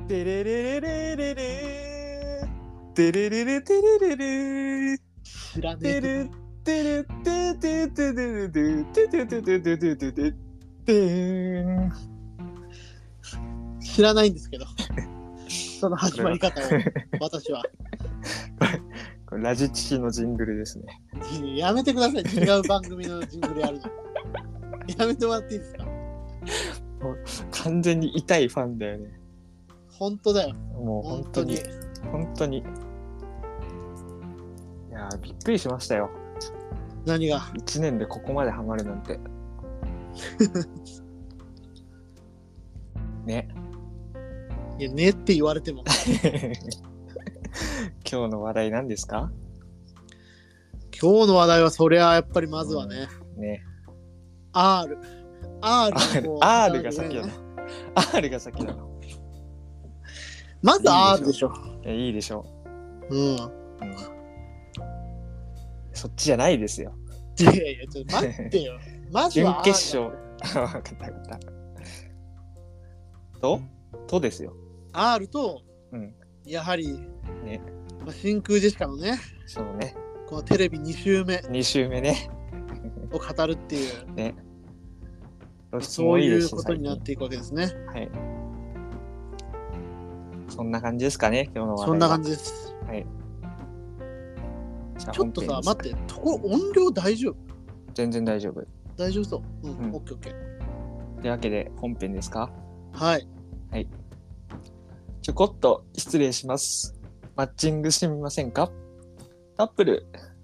テレレレレレレテレレレテレレレ知らねテえ。 レテレテテテテテテテテテテテテテテテン。 知らないんですけど、その始まり方を私は。 これラジチキのジングルですね。 やめてください。違う番組のジングルやるの。やめてもらっていいですか。 完全に痛いファンだよね。 本当だよ。 もう本当に本当に。いやーびっくりしましたよ。 何が 1年でここまでハマるなんて。ね。 いやねって言われても。 今日の話題何ですか？ 今日の話題はそりゃやっぱりまずはね。 ね。 R が先なの。R が先なの。 まず R でしょ。 いいでしょう。 そっちじゃないですよ。 いやいや、ちょっと待ってよ。まずは R 準決勝。分かった分かった。とですよ。 R と、やはり、 ね。 真空ジェシカのね。 そうね。 このテレビ2週目。 2週目ね。 を語るっていう。 ね。 そういうことになっていくわけですね。 はい。そんな感じですかね、今日の話題は。 そんな感じです。 はい。 ちょっとさ、待って、音量大丈夫？ 全然大丈夫。 大丈夫そう。オッケーオッケー。 というわけで、本編ですか？ はい。 はい。ちょこっと失礼します。マッチングしてみませんか？タップル。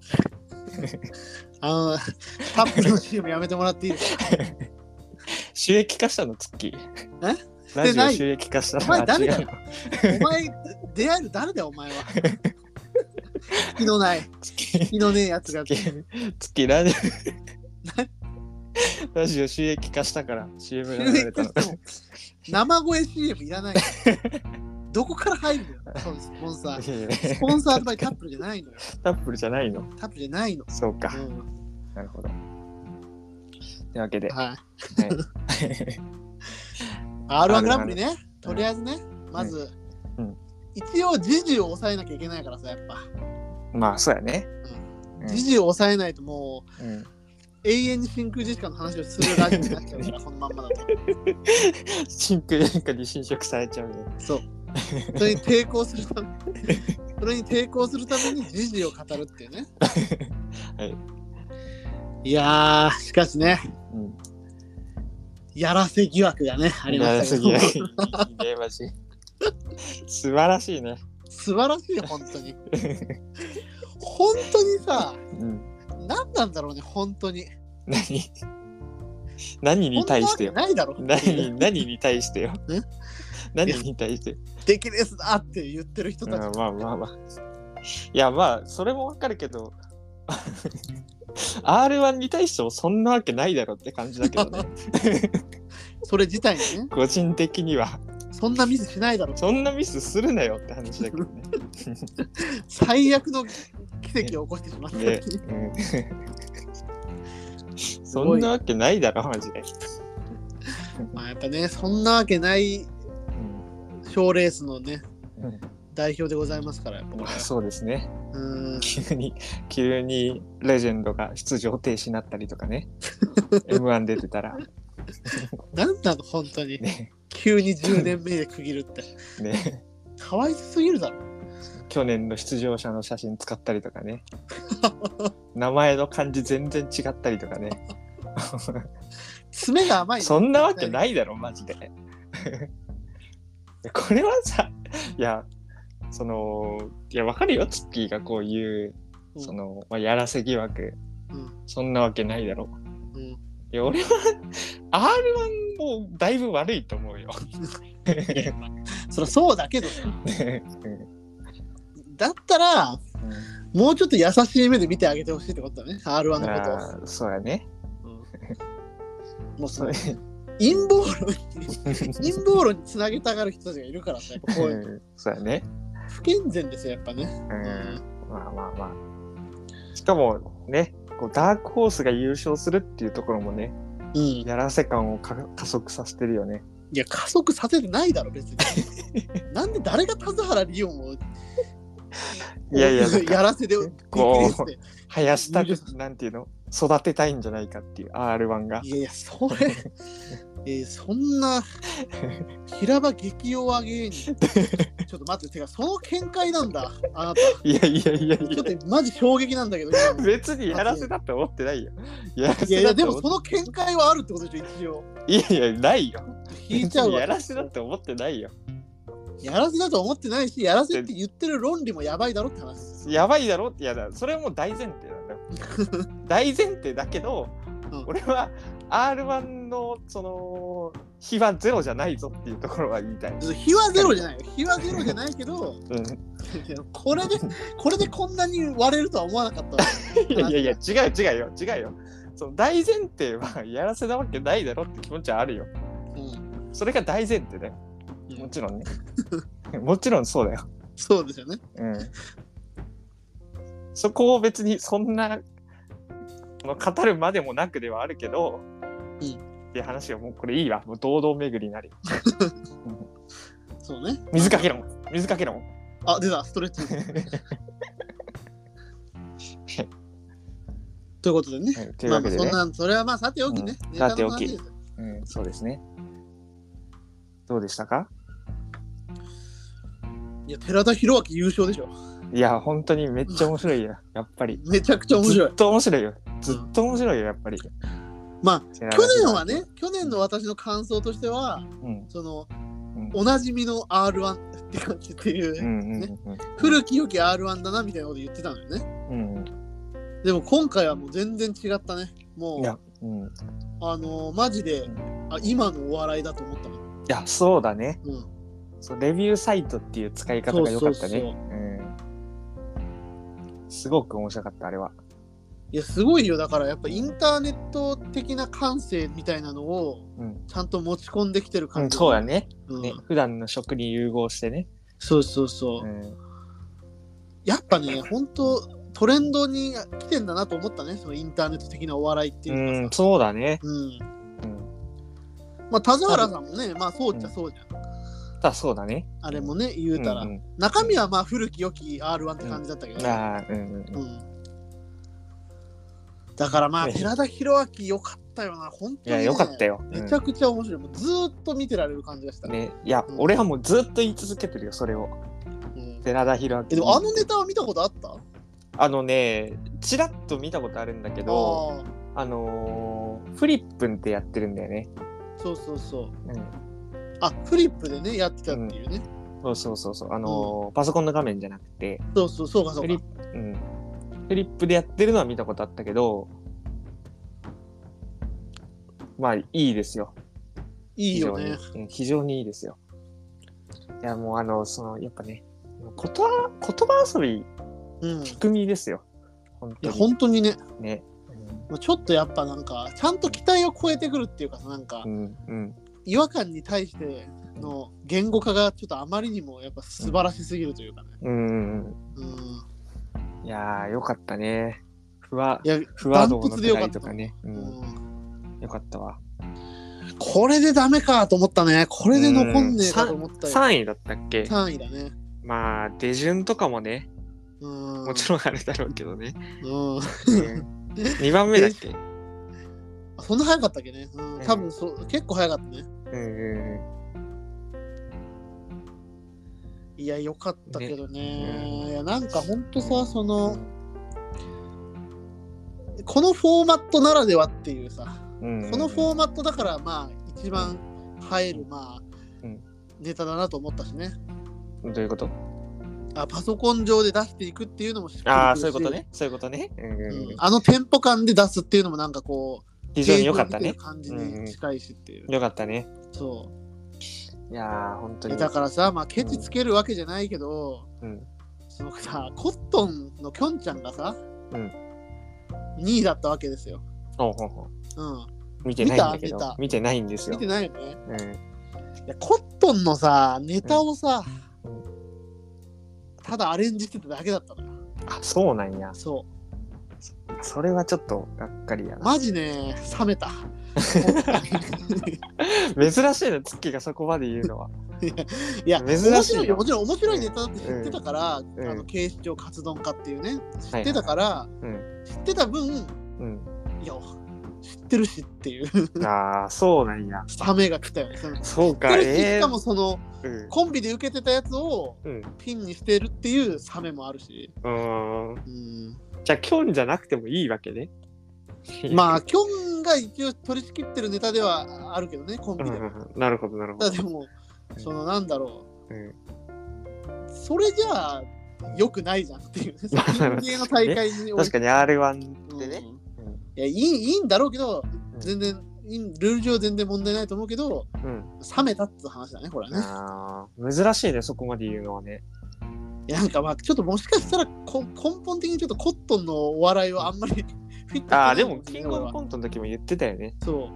タップルの CM やめてもらっていいですか？ 収益化したのツッキー。ラジオ収益化したの。 お前誰だよ。お前出会える誰だよお前は。気のない。気のねえやつが。 ツッキーラジオ収益化したから CM が流れたの。 生声 CM いらない。どこから入るのよ。スポンサー。スポンサーとかタップルじゃないのよ。 タップルじゃないの。 タップルじゃないの。 そうか。なるほど。というわけで。 はい。R1 グランプリね。とりあえずね、まず、一応時事を抑えなきゃいけないからさ、やっぱ。 まあ、そうやね。 時事を抑えないともう、永遠に真空ジェシカの話をするラジオになっちゃうから、このまんまだと。 真空ジェシカに侵食されちゃうね。 そう。それに抵抗するために時事を語るっていうね。 はい。 いやー、しかしね、やらせ疑惑がね、ありましたけど。 やらせ疑惑。いいね、マジ。素晴らしいね。 素晴らしい、本当に。本当にさ、何なんだろうね、本当に。 何に対してよ。 ないだろ。 何に対してよ。何に対して。 出来レースだって言ってる人たち。 まあ。いや、まあ、それもわかるけど、R1 に対してもそんなわけないだろって感じだけどね。 それ自体にね。 個人的には。 そんなミスしないだろ。 そんなミスするなよって話だけどね。 最悪の奇跡を起こしてしまった。 そんなわけないだろ、マジで。 まあやっぱね、そんなわけない賞レースのね、代表でございますから、やっぱそうですね。急にレジェンドが出場停止になったりとかね。M1 出てたら。 なんなの、本当に。急に10年目で区切るって。 ね。 かわいすぎるだろ。 去年の出場者の写真使ったりとかね。名前の漢字全然違ったりとかね。 爪が甘い、ね。 そんなわけないだろ、マジで。これはさ、いや、わかるよ、ツッキーがこういう、やらせ疑惑、そんなわけないだろ。いや、俺は R1 もだいぶ悪いと思うよ。 そりゃそうだけどだったら、もうちょっと優しい目で見てあげてほしいってことだね、R1 のことを。 そうやね。 もうそれ陰謀論につなげたがる人たちがいるからさ、やっぱこういう。 そうやね。 不健全ですよ、やっぱね。 まあ。しかもね、こうダークホースが優勝するっていうところもね、やらせ感を加速させてるよね。 いや、加速させてないだろ、別に。 なんで誰が田津原リオンをいやいややらせでこう生やしたくなんていうの育てたいんじゃないかっていう R1 が。 いやいやそれそんな平場激弱芸人ちょっと待っててかその見解なんだあなた。 いやいやいやいやちょっとマジ衝撃なんだけど別にやらせだと思ってないよ。 いやいやでもその見解はあるってことでしょ一応。 いやいやないよ。 引いちゃうわ。 やらせだって思ってないよ。 やらせだと思ってないし、やらせって言ってる論理もやばいだろって話。 やばいだろっていやだそれはもう大前提なんだよ。大前提だけど、俺は R1 のその日はゼロじゃないぞっていうところは言いたい。 日はゼロじゃないよ。日はゼロじゃないけど、これでこんなに割れるとは思わなかった。 いや違うよ。その大前提はやらせなわけないだろって気持ちはあるよ。それが大前提だよ。もちろんね。もちろんそうだよ。 そうですよね。 そこを別にそんな語るまでもなくではあるけど、っていう話がもうこれいいわ。もう堂々巡りになる。 そうね。 水かけろ。 あ、出た、ストレッチ。ということでね。 というわけでね。 それはまあさておきね。 さておき。そうですね。どうでしたか？ いや、寺田裕明優勝でしょ。 いや、本当にめっちゃ面白いよ。やっぱり。 めちゃくちゃ面白い。 ずっと面白いよ。やっぱり。 まあ、去年の私の感想としては、その、おなじみの R1 って感じっていうね。古き良き R1 だなみたいなこと言ってたのよね。でも今回はもう全然違ったね。もう、マジで、今のお笑いだと思ったの。 いや、そうだね。レビューサイトっていう使い方が良かったね。すごく面白かった、あれは。 いや、すごいよ。だからやっぱインターネット的な感性みたいなのをちゃんと持ち込んできてる感じ。 そうだね。普段の食に融合してね。 そう。やっぱね、本当トレンドに来てんだなと思ったね。そのインターネット的なお笑いっていうかさ。 そうだね。 まあ田津原さんもね、まあそうっちゃそうじゃん。 そうだね。 あれもね、言うたら。中身はまあ古き良き R1 って感じだったけど。だからまあ、寺田裕明良かったよな、本当に、ね。いや、 良かったよ。 めちゃくちゃ面白い。もうずーっと見てられる感じがしたね。いや、俺はもうずっと言い続けてるよ、それを。寺田裕明。 でもあのネタは見たことあった？ ちらっと見たことあるんだけど、フリップンってやってるんだよね。 そう。フリップでね、やってたっていうね。 そう。パソコンの画面じゃなくて。 そうか。 フリップでやってるのは見たことあったけど、まあいいですよ。 いいよね。 非常にいいですよ。いやもうやっぱね、言葉遊び、巧みですよ。 本当にね。 ね。 ちょっとやっぱなんかちゃんと期待を超えてくるっていうかさ、なんか、違和感に対しての言語化がちょっとあまりにもやっぱ素晴らしすぎるというかね。 いやーよかったね。ふわ道のくらいとかね。よかったわ。 これでダメかと思ったね。これで残んねえかと思ったよ。 3位だったっけ？ 3 位だね。 まあ出順とかもね、もちろんあれだろうけどね。2番目だっけ？ そんな早かったっけね。多分結構早かったね。いや、よかったけどね。いや、なんかほんとさ、このフォーマットならではっていうさ、このフォーマットだからまあ一番映えるネタだなと思ったしね。 どういうこと？ パソコン上で出していくっていうのもしっかり。 そういうことね。 テンポ感で出すっていうのもなんかこう非常に良かったね。 感じに近いしっていう。 良かったね。 そう。 いやー本当に。 だからさ、まあケチつけるわけじゃないけど、そのさコットンのきょんちゃんがさ、2位だったわけですよ。見てないんだけど。見てないんですよ。見てないよね。いやコットンのさネタをさ、ただアレンジしてただけだったのよ。 そうなんや。 それはちょっとがっかりやな。 マジね、冷めた。 珍しいな、ツッキーがそこまで言うのは。 いや、珍しいよ。もちろん面白いネタだって知ってたから、警視庁カツ丼家っていうね、知ってたから、知ってた分、いや、知ってるしっていう。 ああ、そうなんや。 サメが来たよね。 そうか。 しかもその、コンビで受けてたやつをピンにしてるっていうサメもあるし。 じゃあ、キョンじゃなくてもいいわけね。 まあ、キョンが一応取り仕切ってるネタではあるけどね、コンビでは。 なるほど、なるほど。 でも、そのなんだろう。それじゃあ、良くないじゃんっていうね。人の大会に確かに R1 でね。 いや、いいんだろうけど、全然、ルール上全然問題ないと思うけど、冷めたって話だね、これはね。 珍しいね、そこまで言うのはね。 いや、なんかまあ、ちょっともしかしたら根本的にちょっとコットンのお笑いはあんまりフィットしてない。 でも、キングオブコントの時も言ってたよね。 そう。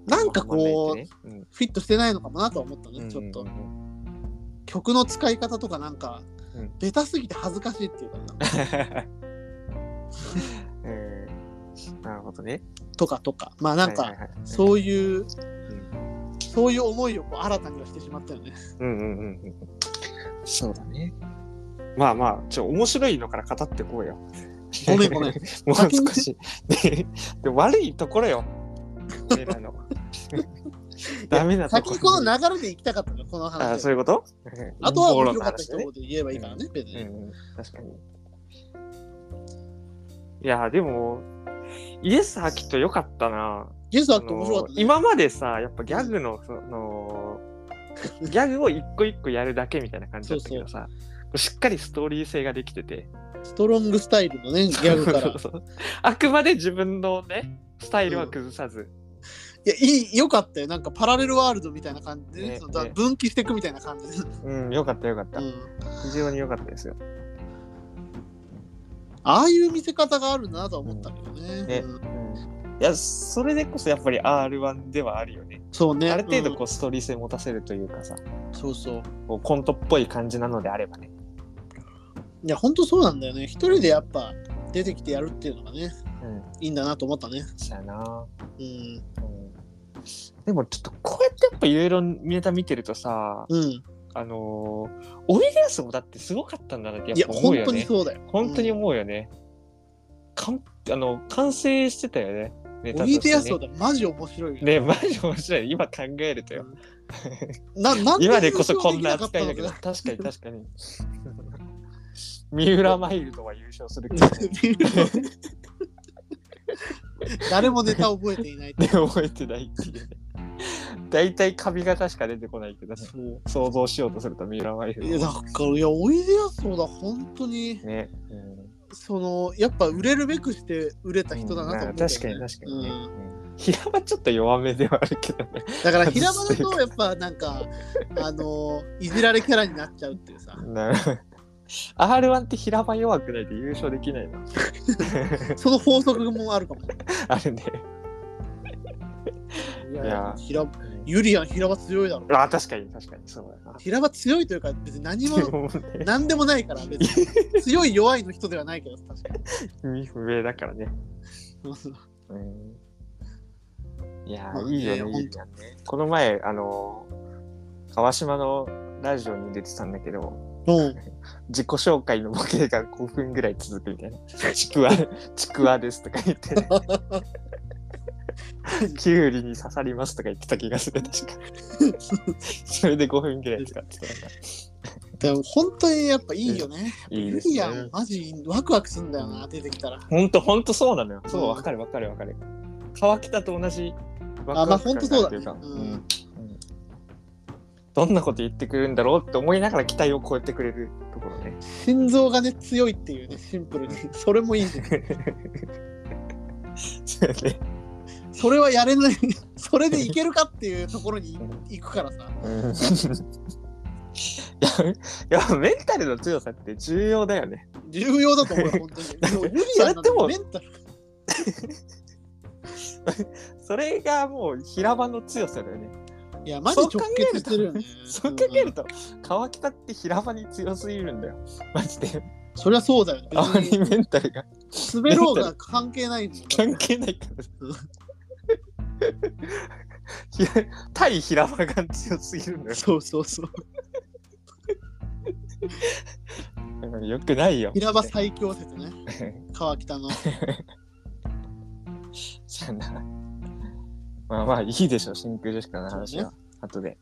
なんかこう、フィットしてないのかもなとは思ったね、ちょっと。曲の使い方とかなんか、ベタすぎて恥ずかしいっていうかな。 なるほどね。 とか。まあなんか、そういう思いをこう新たにはしてしまったよね。 そうだね。まあまあ、面白いのから語ってこうよ。 ごめん。もう少し。で悪いところよ。俺らの。ダメなところ。 先にこの流れで行きたかったの、この話。 そういうこと？ あとは面白かった人で言えばいいからね、別に。 確かに。いや、でも、イエス・アキト良かったな。 イエス・アキト面白かったね。 今までさ、やっぱギャグの、ギャグを一個一個やるだけみたいな感じだったけどさ、しっかりストーリー性ができてて。 ストロングスタイルのね、ギャグから。 あくまで自分のね、スタイルは崩さず。 いや、よかったよ。なんかパラレルワールドみたいな感じで、分岐していくみたいな感じで。 よかった。非常によかったですよ。 ああいう見せ方があるなとは思ったけどね。 いや、それでこそやっぱり R1 ではあるよね。 そうね。 ある程度こうストーリー性持たせるというかさ。 そうそう。 こうコントっぽい感じなのであればね。 いや、ほんとそうなんだよね。一人でやっぱ出てきてやるっていうのがね、いいんだなと思ったね。 そうやな。でもちょっとこうやってやっぱいろいろネタ見てるとさ、おいでやすもだってすごかったんだなってやっぱ思うよね。いや、本当にそうだよ。 本当に思うよね。完成してたよね。 ネタとしてね。おいでやすだ、マジ面白いよね。マジ面白い。今考えるとよ。今でこそこんな扱いだけど、確かに。三浦マイルドは優勝するけど、 誰もネタ覚えていないって覚えてないっていうね。大体髪型しか出てこないけど、想像しようとすると三浦マイルド。 いや、だから、おいでやすだ、本当に。ね。やっぱ売れるべくして売れた人だなと思って、ね。 確かにね。平場ちょっと弱めではあるけどね。 だから平場だとやっぱなんかいじられキャラになっちゃうっていうさ。 R1 って平場弱くないと優勝できないの。 その法則もあるかも。 あるね。 いやユリアン平場強いだろ。 確かにそうだな。 平場強いというか別に何でもないから別に強い弱いの人ではないけど確かに。意味不明だからね。いやいいよね、いいじゃんね。この前川島のラジオに出てたんだけど、自己紹介のボケが5分ぐらい続くみたいな。ちくわですとか言って、ね、キュウリに刺さりますとか言ってた気がする、確か。それで5分ぐらい使ってた。でも本当にやっぱいいよね。 いいですね。 いやマジワクワクするんだよな、出てきたら。 本当そうなのよ。そう、わかる。川北と同じワクワク感っていうか。どんなこと言ってくるんだろうって思いながら期待を超えてくれるところね。 心臓がね強いっていうね、シンプルにそれもいいね。それはやれない。それでいけるかっていうところに行くからさ。 いやメンタルの強さって重要だよね。 重要だと思うよ本当に。ユリアンのメンタル。 それがもう平場の強さだよね。 いや、マジ直結してるよね。 そう考えると、川北って平場に強すぎるんだよ。マジで。 そりゃそうだよね。 あまりメンタルが。 滑ろうが関係ないんだよ。 関係ないから。 対平場が強すぎるんだよ。 そうそうそう。 よくないよ。 平場最強説ね。川北の。 じゃあな。まあまあいいでしょ、真空ジェシカの話は。後で。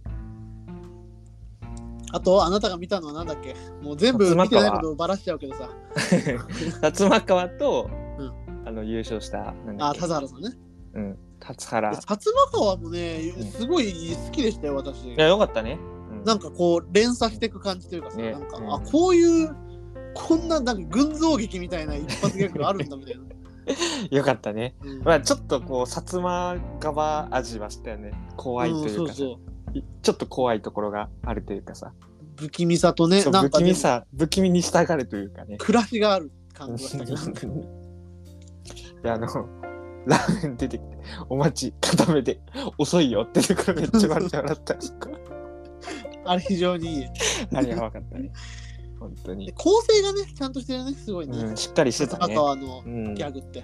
あと、あなたが見たのはなんだっけ？もう全部見てないことをバラしちゃうけどさ。 辰馬川と、優勝した。 田津原さんね。 辰原。 辰馬川もね、すごい好きでしたよ、私。 いや、よかったね。 なんかこう、連鎖していく感じというかさ、なんか、こういう、こんな、なんか群像劇みたいな一発ギャグがあるんだみたいな。 よかったね。まあちょっとこう、薩摩川味はしたよね。怖いというかさ。ちょっと怖いところがあるというかさ。 不気味さとね、 なんか不気味に従うというかね。 暮らしがある感じがしたけど。 で、ラーメン出てきて、お待ち、固めて、遅いよってところめっちゃ笑った。 あれ非常にいい。 あれやばかったね。本当に。 構成がね、ちゃんとしてるね、すごいね。 しっかりしてたね。 浅川のギャグって。 や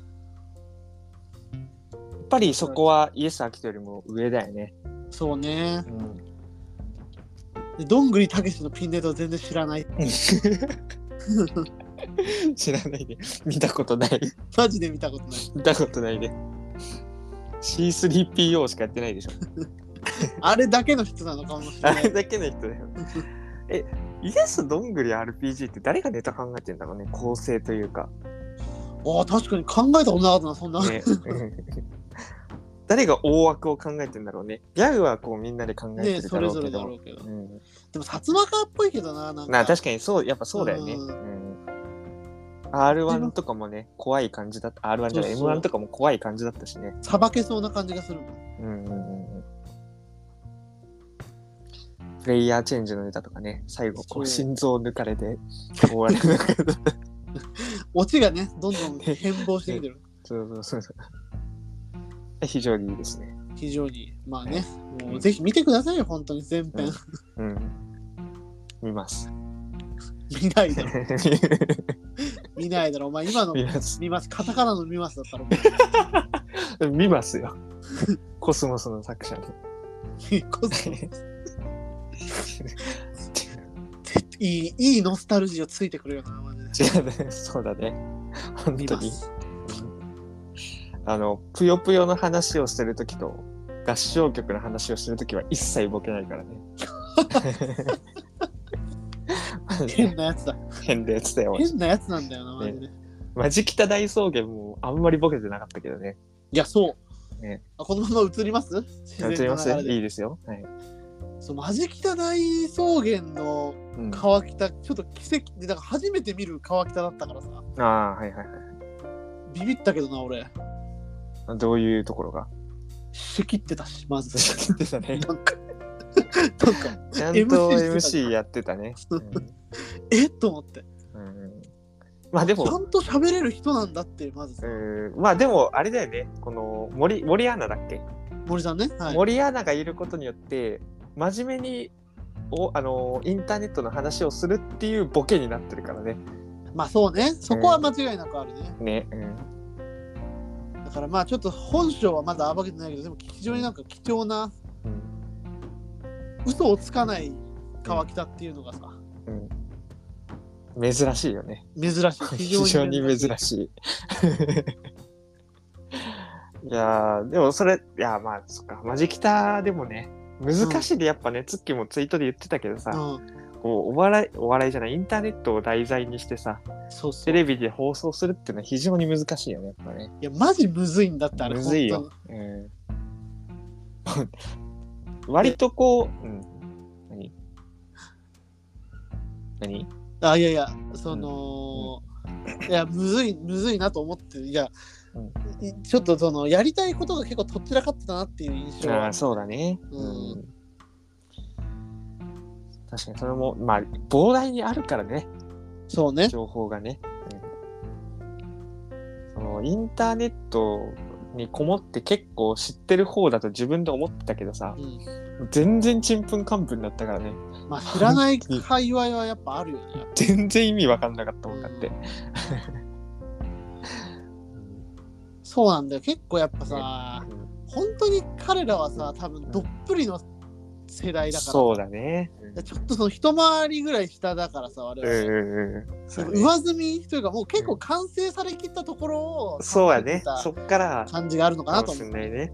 っぱりそこはイエス・アキトよりも上だよね。 そうね。でどんぐりたけしのピンネタを全然知らない。 知らないで。見たことない。 マジで見たことない。 見たことないで。C3PO しかやってないでしょ。 あれだけの人なのかもしれない。 あれだけの人だよ。イエスどんぐり RPG って誰がネタ考えてんだろうね、構成というか。 確かに考えたことなかったな、そんな。ね、 誰が大枠を考えてんだろうね。ギャグはこうみんなで考えてるだろうけど。それぞれだろうけど。でも薩摩川っぽいけどな、なんか。 確かにそう、やっぱそうだよね。R1 とかもね、怖い感じだった。R1 じゃない、M1 とかも怖い感じだったしね。 さばけそうな感じがするもん。 プレイヤーチェンジのネタとかね、最後こう心臓抜かれて終わりながらオチがね、どんどん変貌してきてる。 そう。非常にいいですね。 非常にまあね、もうぜひ見てくださいよ、本当に全編。 見ます。 見ないだろ。見ないだろ。お前今の見ます。カタカナの見ますだったら見ますよ。コスモスの作者の。 コスモス。いいノスタルジーをついてくるよな、マジで。 違うね、そうだね。本当に。ぷよぷよの話をしてるときと合唱曲の話をしてるときは一切ボケないからね。 変なやつだ。 変なやつだよ。 変なやつなんだよな、マジで。 マジ北大草原もあんまりボケてなかったけどね。 いや、そう。ね、このまま映ります？ 映ります？いいですよ。はい。 マジ北大草原の川北、ちょっと奇跡で、だから初めて見る川北だったからさ。 はい。 ビビったけどな、俺。 どういうところが？ 仕切ってたし、まず。 仕切ってたね。 なんかちゃんと MC やってたね。 と思って。 まあでもちゃんと喋れる人なんだってまず。 まあでもあれだよね。この森アナだっけ？ 森さんね。 森アナがいることによって真面目にインターネットの話をするっていうボケになってるからね。 まあそうね。そこは間違いなくあるね。 だからまあちょっと本性はまだ暴けてないけど、でも非常になんか貴重な、嘘をつかない川北っていうのがさ、 珍しいよね。 珍しい。 非常に珍しい。いやでもそれ、まあそっか、マジ北でもね、難しいでやっぱね、ツッキーもツイートで言ってたけどさ、こうお笑いじゃない、インターネットを題材にしてさ、テレビで放送するっていうのは非常に難しいよね、やっぱね。 いや、マジむずいんだって、あれ。 むずいよ。割とこう、何いや、いや、むずいなと思って、いや、ちょっとやりたいことが結構とっちらかってたなっていう印象。 そうだね。確かにそれもまあ膨大にあるからね。 そうね。 情報がね。インターネットにこもって結構知ってる方だと自分で思ってたけどさ、全然ちんぷんかんぷんだったからね。 まあ知らない界隈はやっぱあるよね。 全然意味わかんなかったもんだって。 そうなんだよ。結構やっぱさ、 本当に彼らはさ、多分どっぷりの世代だから、 そうだね、 ちょっとその一回りぐらい下だからさ、我々、上積みというかもう結構完成されきったところを、 そうやね、そっから感じがあるのかなと思う。 かもしれないね。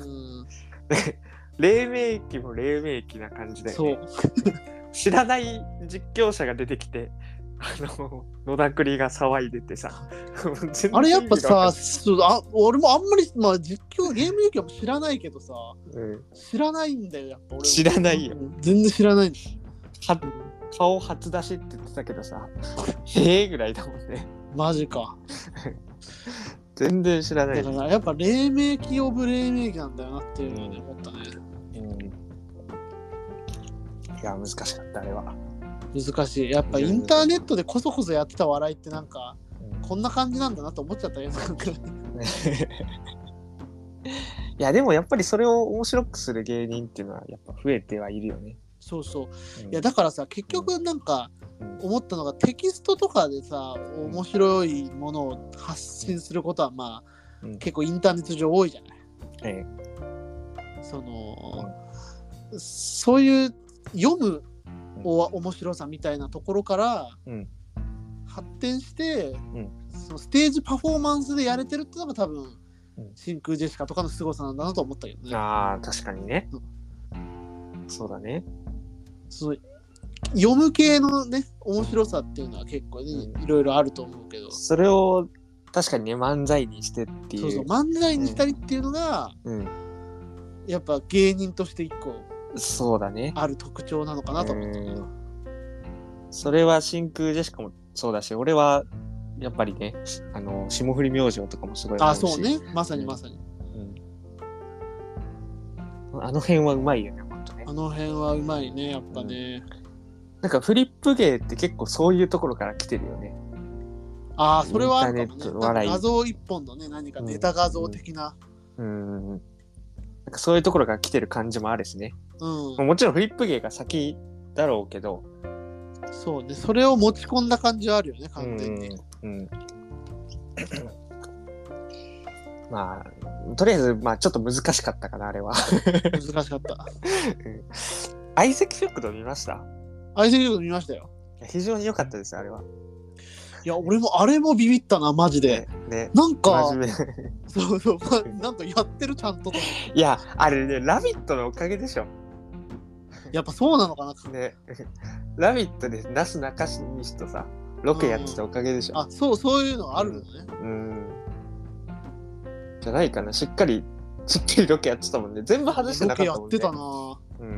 黎明期も黎明期な感じで、ね、そう知らない実況者が出てきて野田栗が騒いでてさあれやっぱさ、俺もあんまり、まあ、実況ゲーム実況も知らないけどさ、知らないんだよやっぱ俺も。 知らないよ、 全然知らない。 顔初出しって言ってたけどさへえぐらいだもんね。 マジか全然知らない。 だからやっぱ黎明期オブ黎明期なんだよなっていうので思ったね。 いや難しかったあれは。 難しい。やっぱインターネットでこそこそやってた笑いってなんか、こんな感じなんだなと思っちゃったよ。いやでもやっぱりそれを面白くする芸人っていうのはやっぱ増えてはいるよね。 そうそう。いやだからさ結局なんか思ったのが、テキストとかでさ面白いものを発信することはまあ、結構インターネット上多いじゃない。そういう読む面白さみたいなところから、発展して、そのステージパフォーマンスでやれてるってのが多分、真空ジェシカとかの凄さなんだなと思ったけどね。 ああ確かにね、そうだね。 そう読む系のね面白さっていうのは結構ね、いろいろあると思うけど、 それを確かにね漫才にしてっていう、 そう漫才にしたりっていうのが、やっぱ芸人として一個そうだねある特徴なのかなと思ったけど、 それは真空ジェシカもそうだし、俺はやっぱりね霜降り明星とかもすごい思うし。 そうね、まさにまさに、 あの辺はうまいよね本当ね。あの辺はうまいねやっぱね、 なんかフリップ芸って結構そういうところから来てるよね。 それはあるかもね。画像一本のね何かネタ画像的な、 なんかそういうところから来てる感じもあるしね、もちろんフリップ芸が先だろうけど、 そうね、それを持ち込んだ感じはあるよね完全に。 まあとりあえずまあちょっと難しかったかなあれは。 難しかった。 相席食堂見ました？ 相席食堂見ましたよ。 非常に良かったですあれは。 いや俺もあれもビビったなマジで、なんかそうなんかやってるちゃんと。 いやあれねラビットのおかげでしょ。 やっぱそうなのかなね。ラビットでなすなかしにしとさロケやってたおかげでしょ。 そういうのがあるのね。 じゃないかな。しっかりロケやってたもんね。全部外してなかったもんね。 ロケやってたな。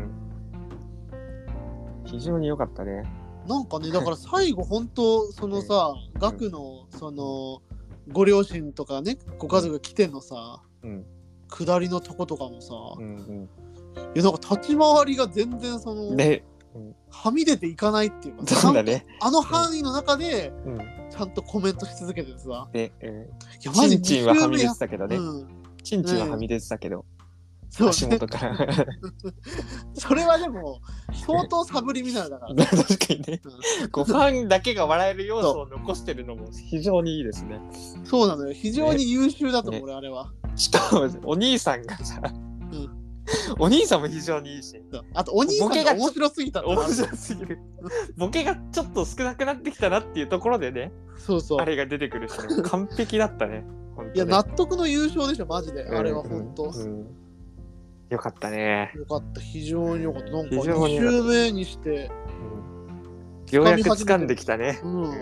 非常に良かったね。 なんかねだから最後本当そのさガクのそのご両親とかねご家族が来てんのさ、下りのとことかもさ、いやなんか立ち回りが全然その、はみ出ていかないっていうか、 そうだね、 あの範囲の中でちゃんとコメントし続けててさ、 チンチンははみ出てたけどね、チンチンははみ出てたけど、足元からそれはでも相当サブリミナルだから確かにね、ファンだけが笑える要素を残してるのも非常にいいですね。 そうなのよ、非常に優秀だと思う、俺あれは。 しかもお兄さんがさ、お兄さんも非常にいいし、 あとお兄さんが面白すぎた。 面白すぎる。ボケがちょっと少なくなってきたなっていうところでね、あれが出てくるし、完璧だったね。 いや納得の優勝でしょマジで、あれは本当。 よかったね。 よかった、非常によかった。なんか2周目にして、 ようやく掴んできたね。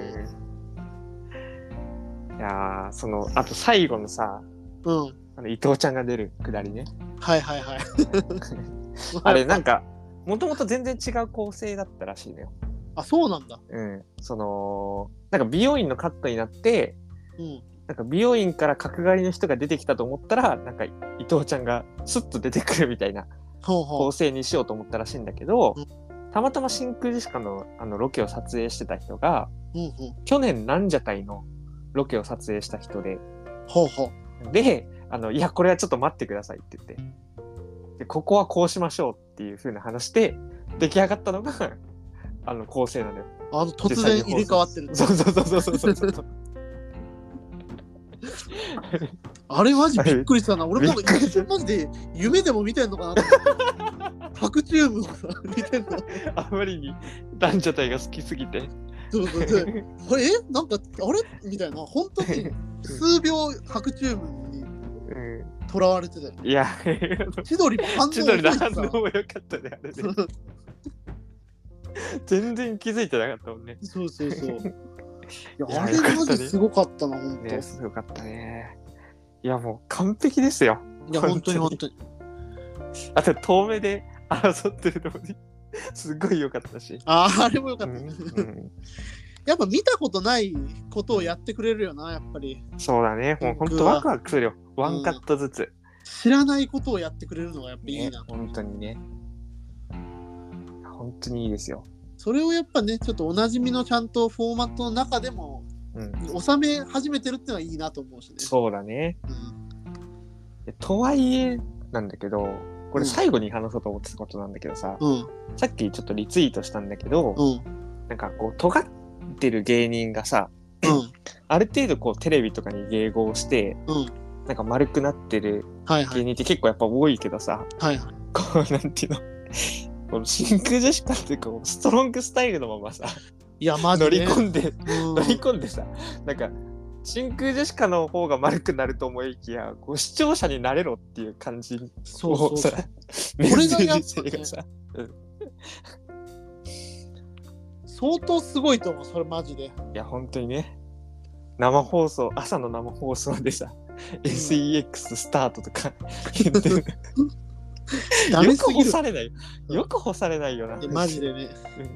いやあと最後のさ、伊藤ちゃんが出るくだりね。 はいあれなんかもともと全然違う構成だったらしいのよ。 そうなんだ。 なんか美容院のカットになって、なんか美容院から角刈りの人が出てきたと思ったら、なんか伊藤ちゃんがスッと出てくるみたいな構成にしようと思ったらしいんだけど、たまたま真空ジェシカのロケを撮影してた人が、去年ランジャタイのロケを撮影した人で、でいやこれはちょっと待ってくださいって言って、でここはこうしましょうっていう風な話で出来上がったのが構成なのよ。 突然入れ替わってる。 そうあれマジびっくりしたな。俺もなんか一瞬マジで夢でも見てんのかなと思って。白チューブをさ見てんの。 あまりにランジャタイが好きすぎて。 そうこれなんかあれみたいな、本当に数秒白チューブにとらわれてたよ。 いや、 千鳥も反応千鳥の反応も良かったね、あれね。全然気づいてなかったもんね。 そう。いや、あれマジすごかったな、本当。 ね、すごかったね。いや、もう完璧ですよ。 いや、本当に。 あと、遠目で争ってるのに、すごい良かったし。 あれも良かったね。やっぱ見たことないことをやってくれるよな、やっぱり。 そうだね。もう本当ワクワクするよ。ワンカットずつ。 知らないことをやってくれるのがやっぱいいな。 本当にね。本当にいいですよ。 それをやっぱね、ちょっとおなじみのちゃんとフォーマットの中でも、収め始めてるってのはいいなと思うしね。 そうだね。とはいえなんだけど、これ最後に話そうと思ってたことなんだけどさ、さっきちょっとリツイートしたんだけど、なんかこう尖ってる芸人がさ、ある程度こうテレビとかに迎合して、なんか丸くなってる芸人って結構やっぱ多いけどさ、こうなんていうのこの真空ジェシカってこうストロングスタイルのままさ、 いやマジで、 乗り込んでさ、なんか真空ジェシカの方が丸くなると思いきや、こう視聴者になれろっていう感じをさ、 これがやっぱね、相当すごいと思う、それマジで。いや本当にね、生放送、朝の生放送でさ、SEX スタートとか言ってる。よく干されない。よく干されないよな。 マジでね。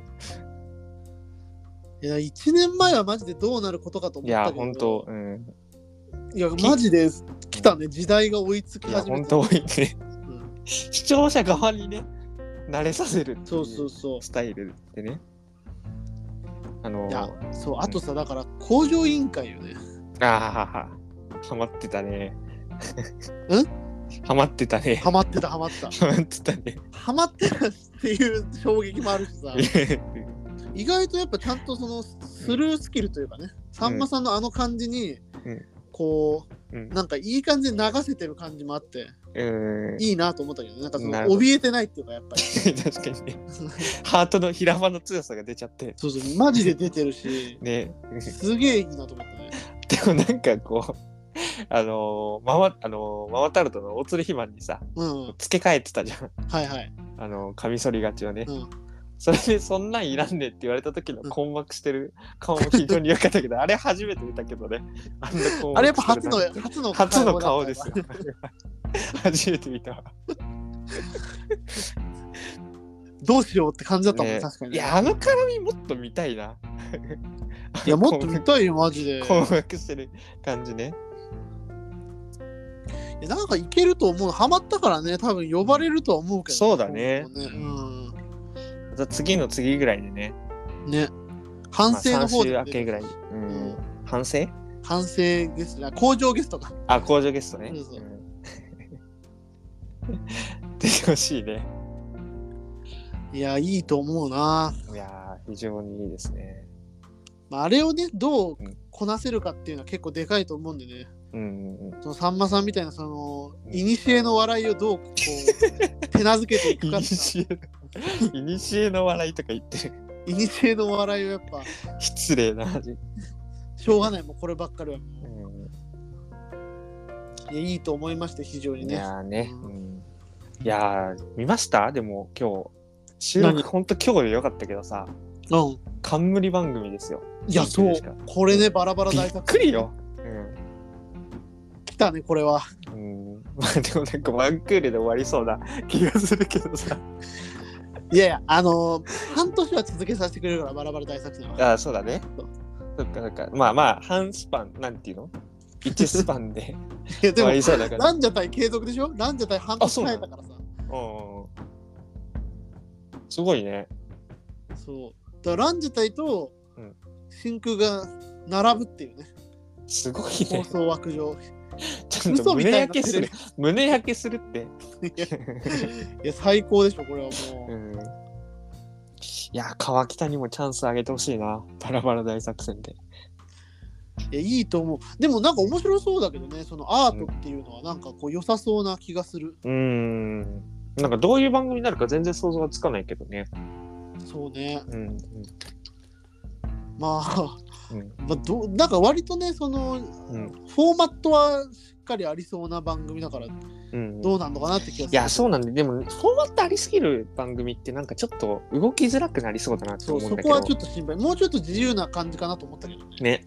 いや、1年前はマジでどうなることかと思ったけど。いや、 本当。 いや、マジで来たね。時代が追いつき始めた。 本当多いね。視聴者側にね、慣れさせるっていうスタイルでね。 いや、そう、あとさ、だから工場委員会よね。 ハマってたね。ハマってたね。 ハマってたね。 ハマってたっていう衝撃もあるしさ。意外とやっぱちゃんとそのスルースキルというかね、さんまさんのあの感じに、こう、なんかいい感じで流せてる感じもあって、いいなと思ったけど、なんかその怯えてないっていうかやっぱり。 確かにね。ハートの平場の強さが出ちゃって。 そう、マジで出てるし、 ね、 すげえいいなと思ったね。 でもなんかこう、ママタルトの大鶴ひまんにさ、付け替えてたじゃん。カミソリがちをね。それでそんなんいらんねって言われた時の困惑してる顔も非常に良かったけど、あれ初めて見たけどね。 あれやっぱ初の顔ですよ。初めて見たわ。 どうしようって感じだったもん、確かに。 いや、絡みもっと見たいな。 いや、もっと見たいよ、マジで。 困惑してる感じね。 いや、なんかいけると思う。ハマったからね、多分呼ばれるとは思うけど。 そうだね。次の次ぐらいでね。 ね。反省の方で。 3週明けぐらい。反省ゲストね。工場ゲストか。 工場ゲストね。出てほしいね。 いや、いいと思うな。 いや、非常にいいですね。 あれをね、どうこなせるかっていうのは結構でかいと思うんでね。そのさんまさんみたいなその古の笑いをどうこう手なずけていくか。 古の笑いとか言ってる。 古の笑いをやっぱ失礼な味。 しょうがない、もうこればっかりは。いいと思いました非常にね。 いやね。いや見ました？でも今日収録ほんと今日でよかったけどさ。冠番組ですよ。 いやそう。これねバラバラ大作戦。 びっくりよ。 来たねこれは。 まあでもなんかワンクールで終わりそうな気がするけどさ。 いやいや半年は続けさせてくれるからバラバラ大作戦は。 そうだね。そっか。まあ半スパンなんていうの？1スパンで終わりそうだから。 ランジャタイ継続でしょ？ランジャタイ半年前だからさ。 すごいね。 そう。だからランジャタイと真空が並ぶっていうね。 すごいね。 放送枠上。 ちょっと胸焼けする。胸焼けするって。 いや最高でしょこれはもう。 いや川北にもチャンスあげてほしいな。バラバラ大作戦で。 いいと思う。でもなんか面白そうだけどね、そのアートっていうのはなんかこう良さそうな気がする。 なんかどういう番組になるか全然想像がつかないけどね。 そうね。 まあ、なんか割とね、その、フォーマットはしっかりありそうな番組だから、どうなんのかなって気がする。 いや、そうなんで、でも、フォーマットありすぎる番組ってなんかちょっと動きづらくなりそうだなって思うんだけど。 そこはちょっと心配。もうちょっと自由な感じかなと思ったけどね。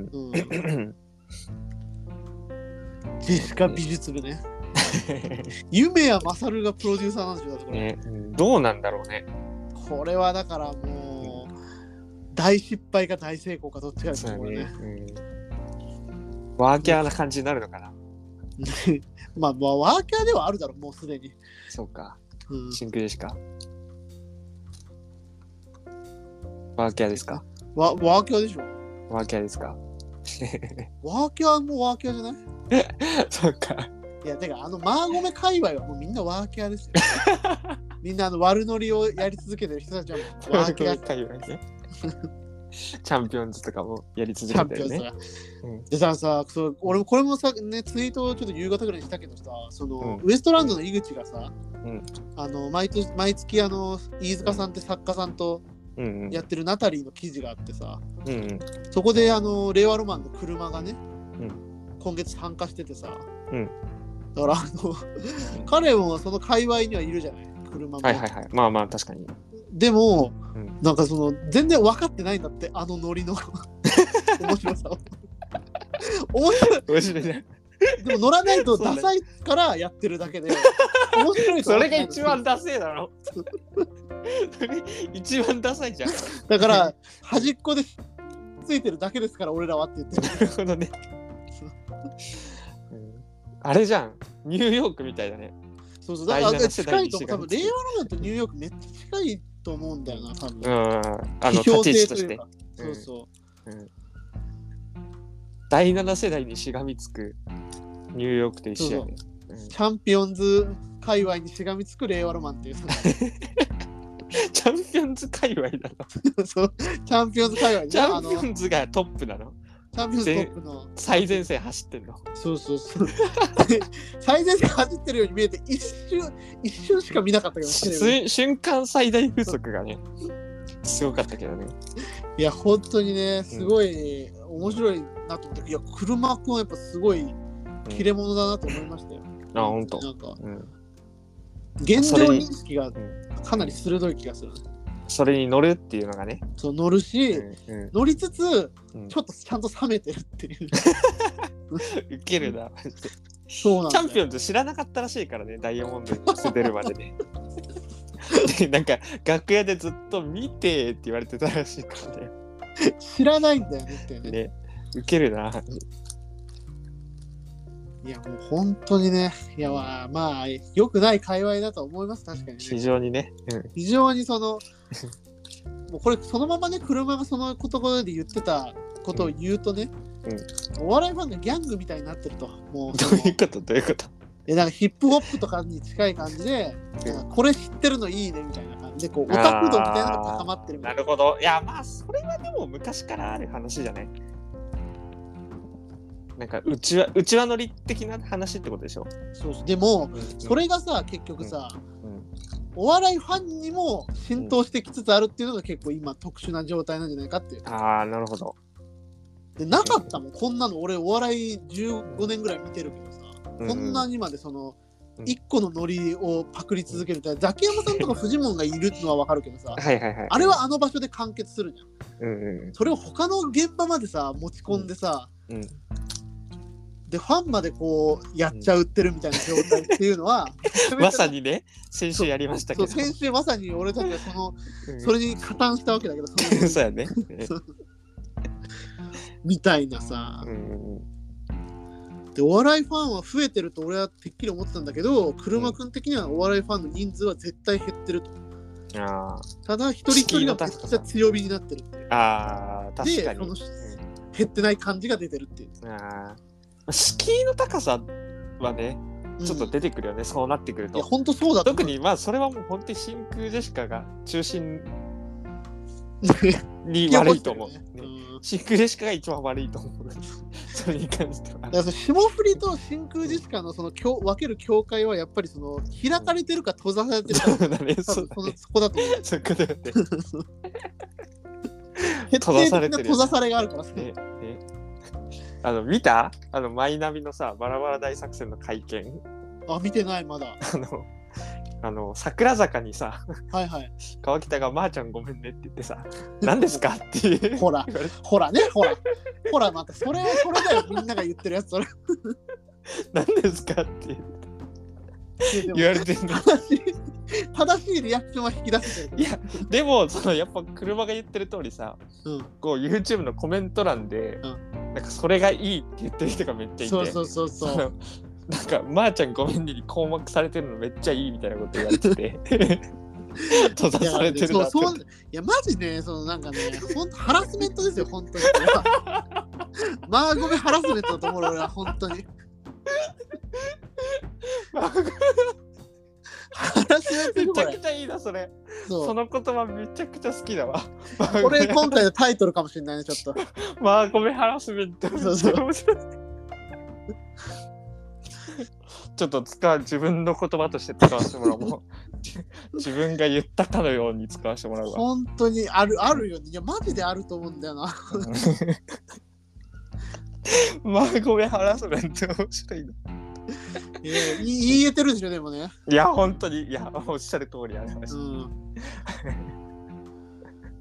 ジェシカ美術部ね。夢谷勝がプロデューサーなんですよ、これ。 どうなんだろうね。 これはだからもう、大失敗か大成功かどっちかですよね。 ワーキャーな感じになるのかな。 まあワーキャーではあるだろう、もうすでに。 そうか。真空ジェシカ。ワーキャーですか。 ワーキャーでしょ。 ワーキャーですか。 ワーキャーもワーキャーじゃない？ そうか。 いや、てかマーゴメ界隈はもうみんなワーキャーですよ。みんな悪ノリをやり続けてる人たちはもうワーキャー界隈ね。 チャンピオンズとかもやり続けてるね。 でさ、俺もこれもさ、ね、ツイートをちょっと夕方ぐらいにしたけどさ、その、ウエストランドの井口がさ、毎月飯塚さんって作家さんとやってるナタリーの記事があってさ、そこで令和ロマンの車がね、今月参加しててさ、だから彼もその界隈にはいるじゃない、車も。まあまあ確かに。でも、なんかその全然分かってないんだって、ノリの面白さを。面白いね。でも乗らないとダサいからやってるだけで、面白い。 それが一番ダセえだろ。それ一番ダサいじゃん。 だから端っこでついてるだけですから俺らはって言ってる。 なるほどね。あれじゃん、ニューヨークみたいだね。 そうだから近いと思う。多分令和ロマンとニューヨークめっちゃ近いと思うんだよな、多分。 立ち位置として。 そうそう。 第7世代にしがみつくニューヨークと一緒やね。 チャンピオンズ界隈にしがみつく令和ロマンっていう。 チャンピオンズ界隈なの。 そう、チャンピオンズ界隈。 チャンピオンズがトップなの。 チャンピオンズトップの最前線走ってんの。 そう。最前線走ってるように見えて一瞬しか見なかったけど、 瞬間最大風速がね、すごかったけどね。 いや、本当にね、すごい面白いなと思って、いや、車くんはやっぱすごい切れ者だなと思いましたよ。 本当。 なんか、現状認識がかなり鋭い気がする。 それに乗るっていうのがね。 そう乗るし、乗りつつ、ちょっとちゃんと冷めてるっていう。 ウケるな。 そうなんチャンピオンズ知らなかったらしいからね、ダイヤモンドに出るまでね。でなんか楽屋でずっと見てって言われてたらしいからね。 知らないんだよねってね。 ウケるな。 いやもう本当にね、いやまあ良くない界隈だと思います、確かにね。 非常にね。 非常にそのもうこれそのままね、車がその言葉で言ってたことを言うとね、お笑いファンがギャングみたいになってると。もうどういうことなんかヒップホップとかに近い感じで、これ知ってるのいいねみたいな感じで、こうオタク度みたいなのが高まってるみたいな。 なるほど。いやまあそれはでも昔からある話じゃない。なんかうちわ乗り的な話ってことでしょ。 そうでも、それがさ結局さ、お笑いファンにも浸透してきつつあるっていうのが結構今特殊な状態なんじゃないかっていう。 なるほど。 でなかったもん、こんなの。俺お笑い15年ぐらい見てるけどさ、こんなにまでその一個のノリをパクり続けるって、ザキヤマさんとかフジモンがいるのはわかるけどさ、あれはあの場所で完結するじゃん。それを他の現場までさ持ち込んでさ、でファンまでこうやっちゃうってるみたいな状態っていうのは、 まさにね、先週やりましたけど、 先週まさに俺たちはそれに加担したわけだけど、 そうやね。 みたいなさ。でお笑いファンは増えてると俺はてっきり思ってたんだけど、車くん的にはお笑いファンの人数は絶対減ってると。ただ一人一人がめっちゃ強火になってるっていう。確かに。でその減ってない感じが出てるっていう。 敷居の高さはね、ちょっと出てくるよね、そうなってくると。 いや本当そうだと。 特にまあそれはもう本当に真空ジェシカが中心に悪いと思う。 真空ジェシカが一番悪いと思う。それに関しては。 だから霜降りと真空ジェシカのその分ける境界はやっぱりその開かれてるか閉ざされてるか、 そうだね、 そこだと思う。 そこだよね。 徹底的な閉ざされがあるからさ。 見た？マイナビのさ、バラバラ大作戦の会見。 見てない、まだ。 桜坂にさ、 はいはい、 川北がまーちゃんごめんねって言ってさ、何ですかっていう。 ほらまたそれだよ、みんなが言ってるやつ、それ。 何ですかって言われてるの。 正しいリアクションは引き出せてる。 いや、でもやっぱ車が言ってる通りさ、こう YouTube のコメント欄で、なんかそれがいいって言ってる人がめっちゃいて、そうなんかまーちゃんごめんねに困惑されてるのめっちゃいいみたいなこと言われてて閉ざされてるなって。 いやマジね、なんかね、ほんとハラスメントですよ、本当に。まあごめん、ハラスメントだと思う、俺は本当に。ハラスメント、 めちゃくちゃいいな、それ。その言葉めちゃくちゃ好きだわ。 これ今回のタイトルかもしれないね、ちょっと。 まあごめん、ハラスメント。ちょっと自分の言葉として使わせてもらおう。自分が言ったかのように使わせてもらうわ。 本当にあるよね。いやマジであると思うんだよな。 まあごめん、ハラスメント面白いな。 言えてるでしょ、でもね。 いや本当に、いやおっしゃる通りありました。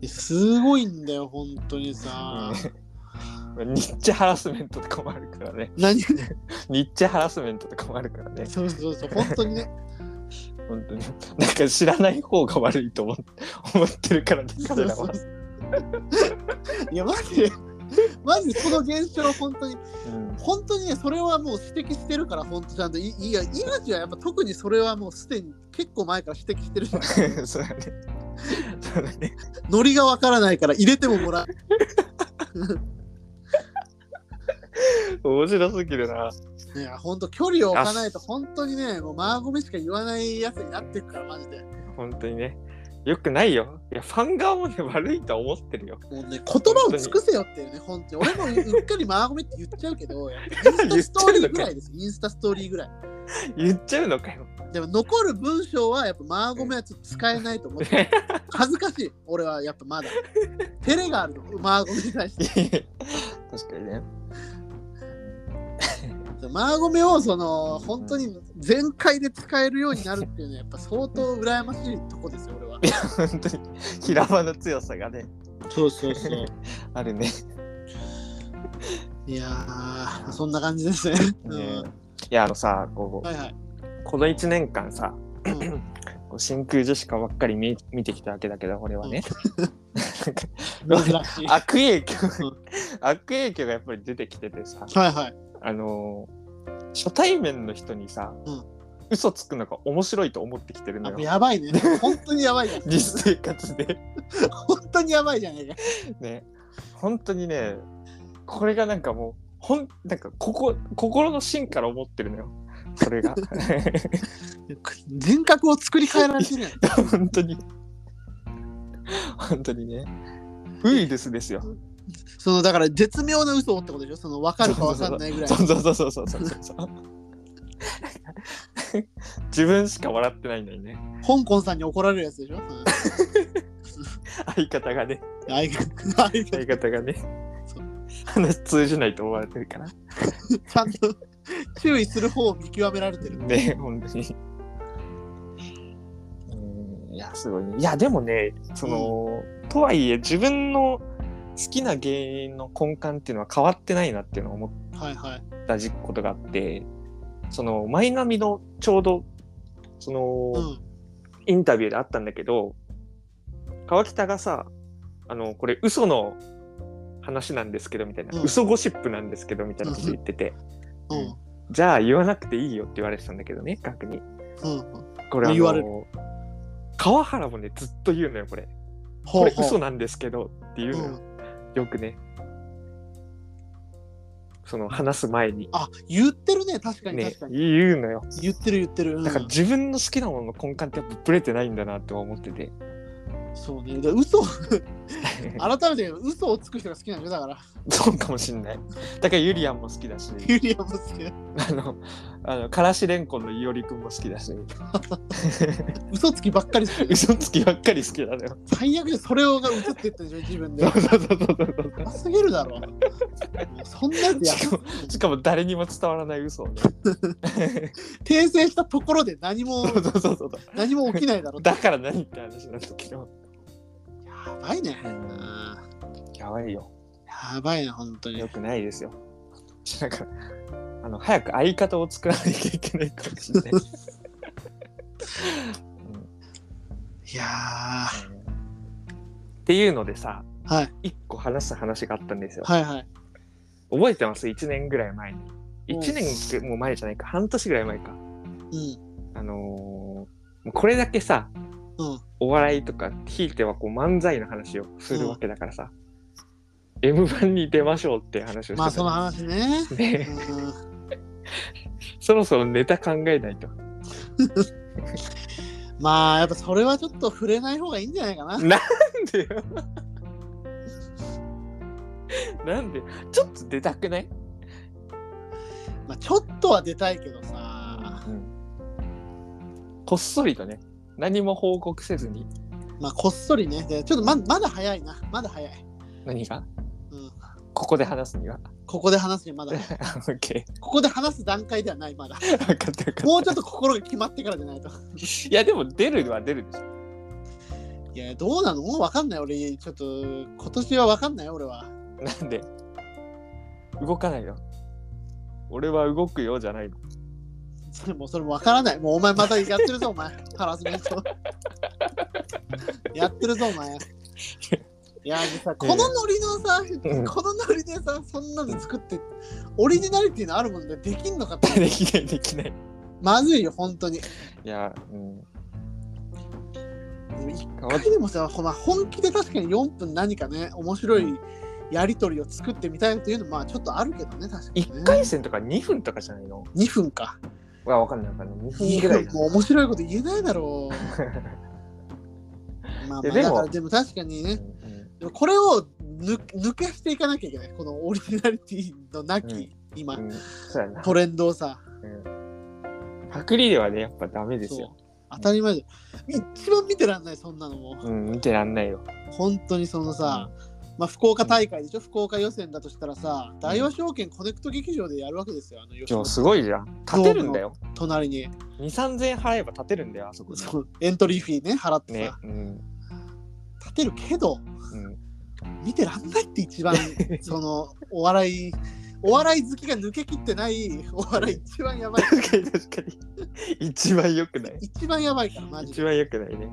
すごいんだよ本当にさ。 ニッチハラスメントとかもあるからね。 何？ ニッチハラスメントとかもあるからね。 そう本当にね。 本当になんか知らない方が悪いと思ってるからね、彼らは。 いやマジこの現象本当に、本当にね、それはもう指摘してるから、本当ちゃんと井口はやっぱ特にそれはもうすでに結構前から指摘してるじゃん。そうだね。ノリがわからないから入れてももらう。 面白すぎるな。 いや本当距離を置かないと本当にね、もうマーゴメしか言わないやつになっていくからマジで。 本当にね、よくないよ。いやファン側もね悪いと思ってるよ。 もうね、言葉を尽くせよっていうね、本当に。俺もうっかりマーゴメって言っちゃうけど、インスタストーリーぐらいです。インスタストーリーぐらい。 言っちゃうのかよ。 でも残る文章はやっぱマーゴメはちょっと使えないと思って。恥ずかしい。俺はやっぱまだ照れがあるの、マーゴメに対して。 確かにね。 マーゴメを本当に全開で使えるようになるっていうのはやっぱ相当羨ましいとこですよ、俺は。 いや本当に平場の強さがね。 そうあるね。 いやー、そんな感じですね。 いやこの1年間さ、真空ジェシカばっかり見てきたわけだけど、俺はね。悪影響がやっぱり出てきててさ。初対面の人にさ、嘘つくのが面白いと思ってきてるのよ。 やばいね。本当にやばいね。 実生活で。 本当にやばいじゃねえか。 ね、本当にね、これがなんかもうなんか心の芯から思ってるのよ。それが。 人格を作り変えられてるやん。 本当にね。ウイルスですよ。 だから絶妙な嘘ってことでしょ。分かるか分かんないぐらい。 そう。自分しか笑ってないんだよね。 香港さんに怒られるやつでしょ。 相方がね。 相方がね。話通じないと思われてるから。ちゃんと注意する方を見極められてる。 ね、本当に。いや、すごいね。いや、でもね、とはいえ自分の好きな芸人の根幹っていうのは変わってないなっていうのを思ったことがあって、マイナビのちょうどインタビューであったんだけど、川北がさ、これ嘘の話なんですけどみたいな、嘘ゴシップなんですけどみたいなこと言ってて、じゃあ言わなくていいよって言われてたんだけどね、逆に。これ言われる。川原もねずっと言うのよ、これ嘘なんですけどっていうのよ。よくね、話す前に。 言ってるね、確かにね、言うのよ。 言ってる。 だから自分の好きなものの根幹ってやっぱブレてないんだなって思ってて。 そうね、嘘改めて嘘をつく人が好きなんでだから。 そうかもしんない。だからユリアンも好きだし。 ユリアンも好きだ。からしれんこんのいおりくんも好きだし。 嘘つきばっかり好き。 嘘つきばっかり好きだよ。 最悪でそれが映ってったでしょ自分で。 そう。 すぎるだろ。そんなやつや。 しかも誰にも伝わらない嘘をね。 訂正したところで何も何も起きないだろ。 だから何って話なんだけど。 やばいね。 やばいよ。 やばいな本当に。 よくないですよ。なんか早く相方を作らなきゃいけないかもしれない。 いやっていうのでさ、 はい、 一個話した話があったんですよ。 はいはい。 覚えてます？1年ぐらい前に。1年も前じゃないか、半年ぐらい前か。これだけさ、お笑いとかひいてはこう漫才の話をするわけだからさ、M1 に出ましょうって話をしてた。 まあその話ね。 そろそろネタ考えないと。 まあやっぱそれはちょっと触れない方がいいんじゃないかな。 なんでよ。なんでちょっと出たくない？ まあちょっとは出たいけどさ、 こっそりとね、何も報告せずに。 まあこっそりね。ちょっとまだ早いな。まだ早い。 何が？ここで話すには。 ここで話すにはまだ。 okay、 ここで話す段階ではないまだ。 分かった。 もうちょっと心が決まってからじゃないと。 いやでも出るは出るでしょ。 いやどうなの？もう分かんない俺。ちょっと今年は分かんない俺は。 なんで？動かないよ。俺は動くよじゃないの。 それも分からない。もうお前またやってるぞお前。ハラスメント。やってるぞお前。いやさ、このノリのさ、このノリでさ、そんなの作ってオリジナリティのあるものでできんのかって。 できない。 まずいよ本当に。いや、 一回でもさ、本気で確かに4分何かね、面白いやり取りを作ってみたいっていうのはまあちょっとあるけどね、確かに、ね。1 回戦とか2分とかじゃないの ？2分か。 わかんない。2分ぐらい。 もう面白いこと言えないだろう。まあでも確かにね。これを抜けしていかなきゃいけない。このオリジナリティのなき、今、トレンドをさ。 パクリではね、やっぱダメですよ。 当たり前で。一番見てらんない、そんなのも。 見てらんないよ。 本当にそのさ、まあ、福岡大会でしょ、福岡予選だとしたらさ、大和証券コネクト劇場でやるわけですよ。 すごいじゃん。立てるんだよ。 隣に。 2、3000円払えば立てるんだよ、あそこ。 エントリーフィーね、払ってさ。立てるけど、見てらんないって一番そのお笑い好きが抜けきってないお笑い一番やばい。 確かに一番良くない。 一番やばいからマジで。 一番良くないね。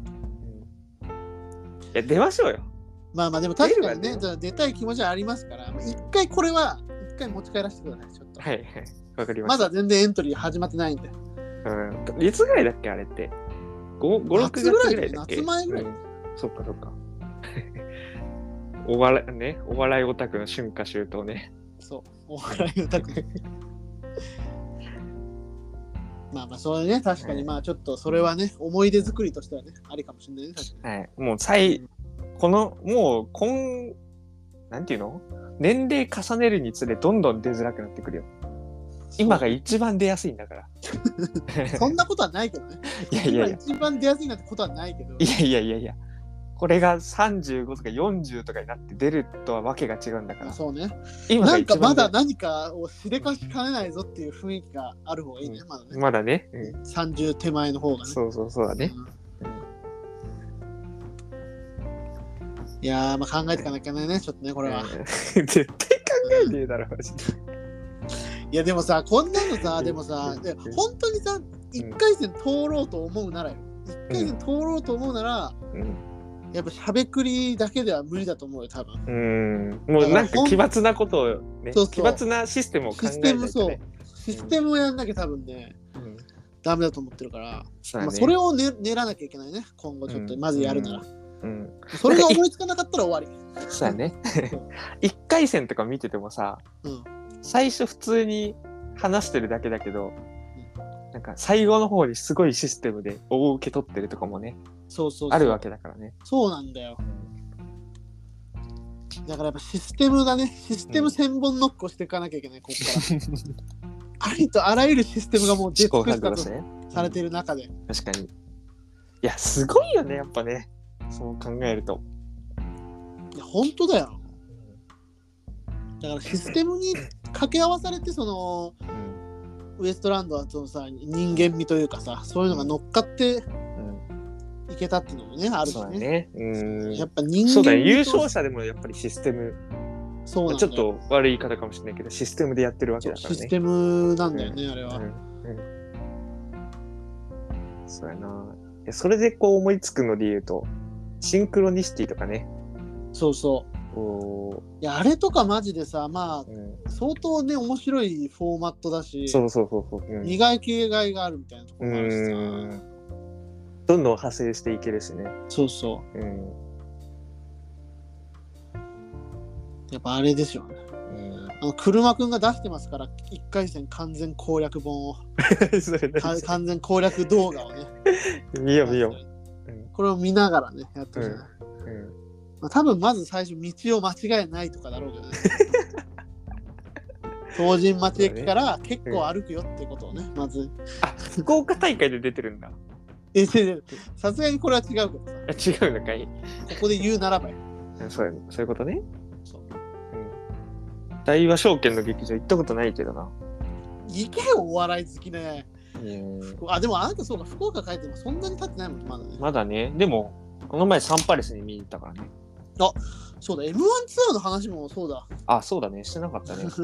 いや出ましょうよ。 まあでも確かにね、出たい気持ちはありますから、一回これは一回持ち帰らせてくださいちょっと。 はいわかりました。 まだ全然エントリー始まってないんで。 いつぐらいだっけあれって。5、6月ぐらいだっけ。 夏前ぐらい。 そっか。お笑いオタクの春夏秋冬ね。 そう、お笑いオタク。まあそれね、確かにまあちょっとそれはね、思い出作りとしてはね、ありかもしれないね。確かに。 はい。もうなんていうの？年齢重ねるにつれどんどん出づらくなってくるよ。今が一番出やすいんだから。 そんなことはないけどね。いや一番出やすいなんてことはないけど。 いや。これが35とか40とかになって出るとはわけが違うんだから。 そうね。 今なんかまだ何かをしでかしかねないぞっていう雰囲気がある方がいいね、まだね。 まだね。 30手前の方がね。 そうだね。 いやー、まあ考えていかなきゃね、ちょっとね、これは。 絶対考えねえだろ、マジで。 いや、でもさ、こんなのさ、でもさ、本当にさ、1回戦通ろうと思うならよ。1回戦通ろうと思うなら、やっぱしゃべくりだけでは無理だと思うよ、多分。 もうなんか奇抜なことをね、奇抜なシステムを考えないとね。 システムをやんなきゃ多分ね、ダメだと思ってるから、それを練らなきゃいけないね、今後ちょっとまずやるなら。それが思いつかなかったら終わり。 そうやね。1回戦とか見ててもさ、最初普通に話してるだけだけど、なんか最後の方にすごいシステムで大受け取ってるとかもね、あるわけだからね。 そうなんだよ。 だからやっぱシステムがね、システム1000本ノックをしていかなきゃいけない、ここからありとあらゆるシステムがもう出尽くしたとされている中で、 確かに。いやすごいよねやっぱね、そう考えると。 いや本当だよ。だからシステムに掛け合わされてその、ウエストランドはそのさ人間味というかさ、そういうのが乗っかっていけたっていうのもね、あるしね。やっぱ人間味そうだね、優勝者でもやっぱりシステム、 そうなんだよ。 ちょっと悪い言い方かもしれないけどシステムでやってるわけだからね。 システムなんだよね、あれは。 そうやな。それでこう思いつくので言うとシンクロニシティとかね。 そうそう。いやあれとかマジでさ、まあ、相当ね面白いフォーマットだし、 そう、 磨きがいがあるみたいなところもあるしさ、 どんどん派生していけるしね。 そうそう、やっぱあれですよね。車くんが出してますから1回戦完全攻略本を完全攻略動画をね見よう、 これを見ながらねやってるじゃない。まあ、多分まず最初道を間違えないとかだろうけどね東神町駅から結構歩くよってことをね、まず。 福岡大会で出てるんだ。 さすがにこれは違うけどさ。違うのかい。ここで言うならばよ。 そういうことね。そう、大和証券の劇場行ったことないけどな。 行けよお笑い好きね。でもあなたそうか、福岡帰ってもそんなに経ってないもんまだね。 まだね。でもこの前サンパレスに見に行ったからね。 そうだ、M1 ツアーの話もそうだ。 そうだね、してなかったね。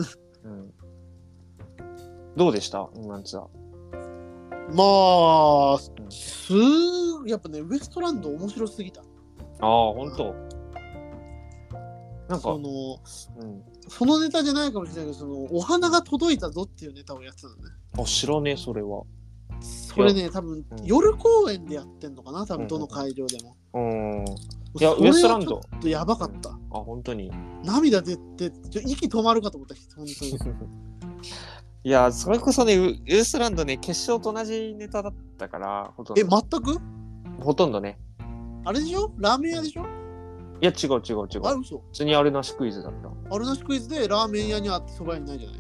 どうでした M1 ツアー。 まあ、やっぱね、ウエストランド面白すぎた。 ほんと。なんかそのネタじゃないかもしれないけど、そのお花が届いたぞっていうネタをやってたのね。 知らねえ、それは。 それね、多分、夜公演でやってんのかな、多分どの会場でも。 いや、ウエストランド。 ちょっとやばかった。 本当に。 涙出て、息止まるかと思った、本当に。 いや、それこそね、ウエストランドね、決勝と同じネタだったから、ほとんど。 全く？ ほとんどね。 あれでしょ？ラーメン屋でしょ？ いや、違う。 嘘。 普通にあれなしクイズだった。 あれなしクイズでラーメン屋にあってそば屋にないじゃない？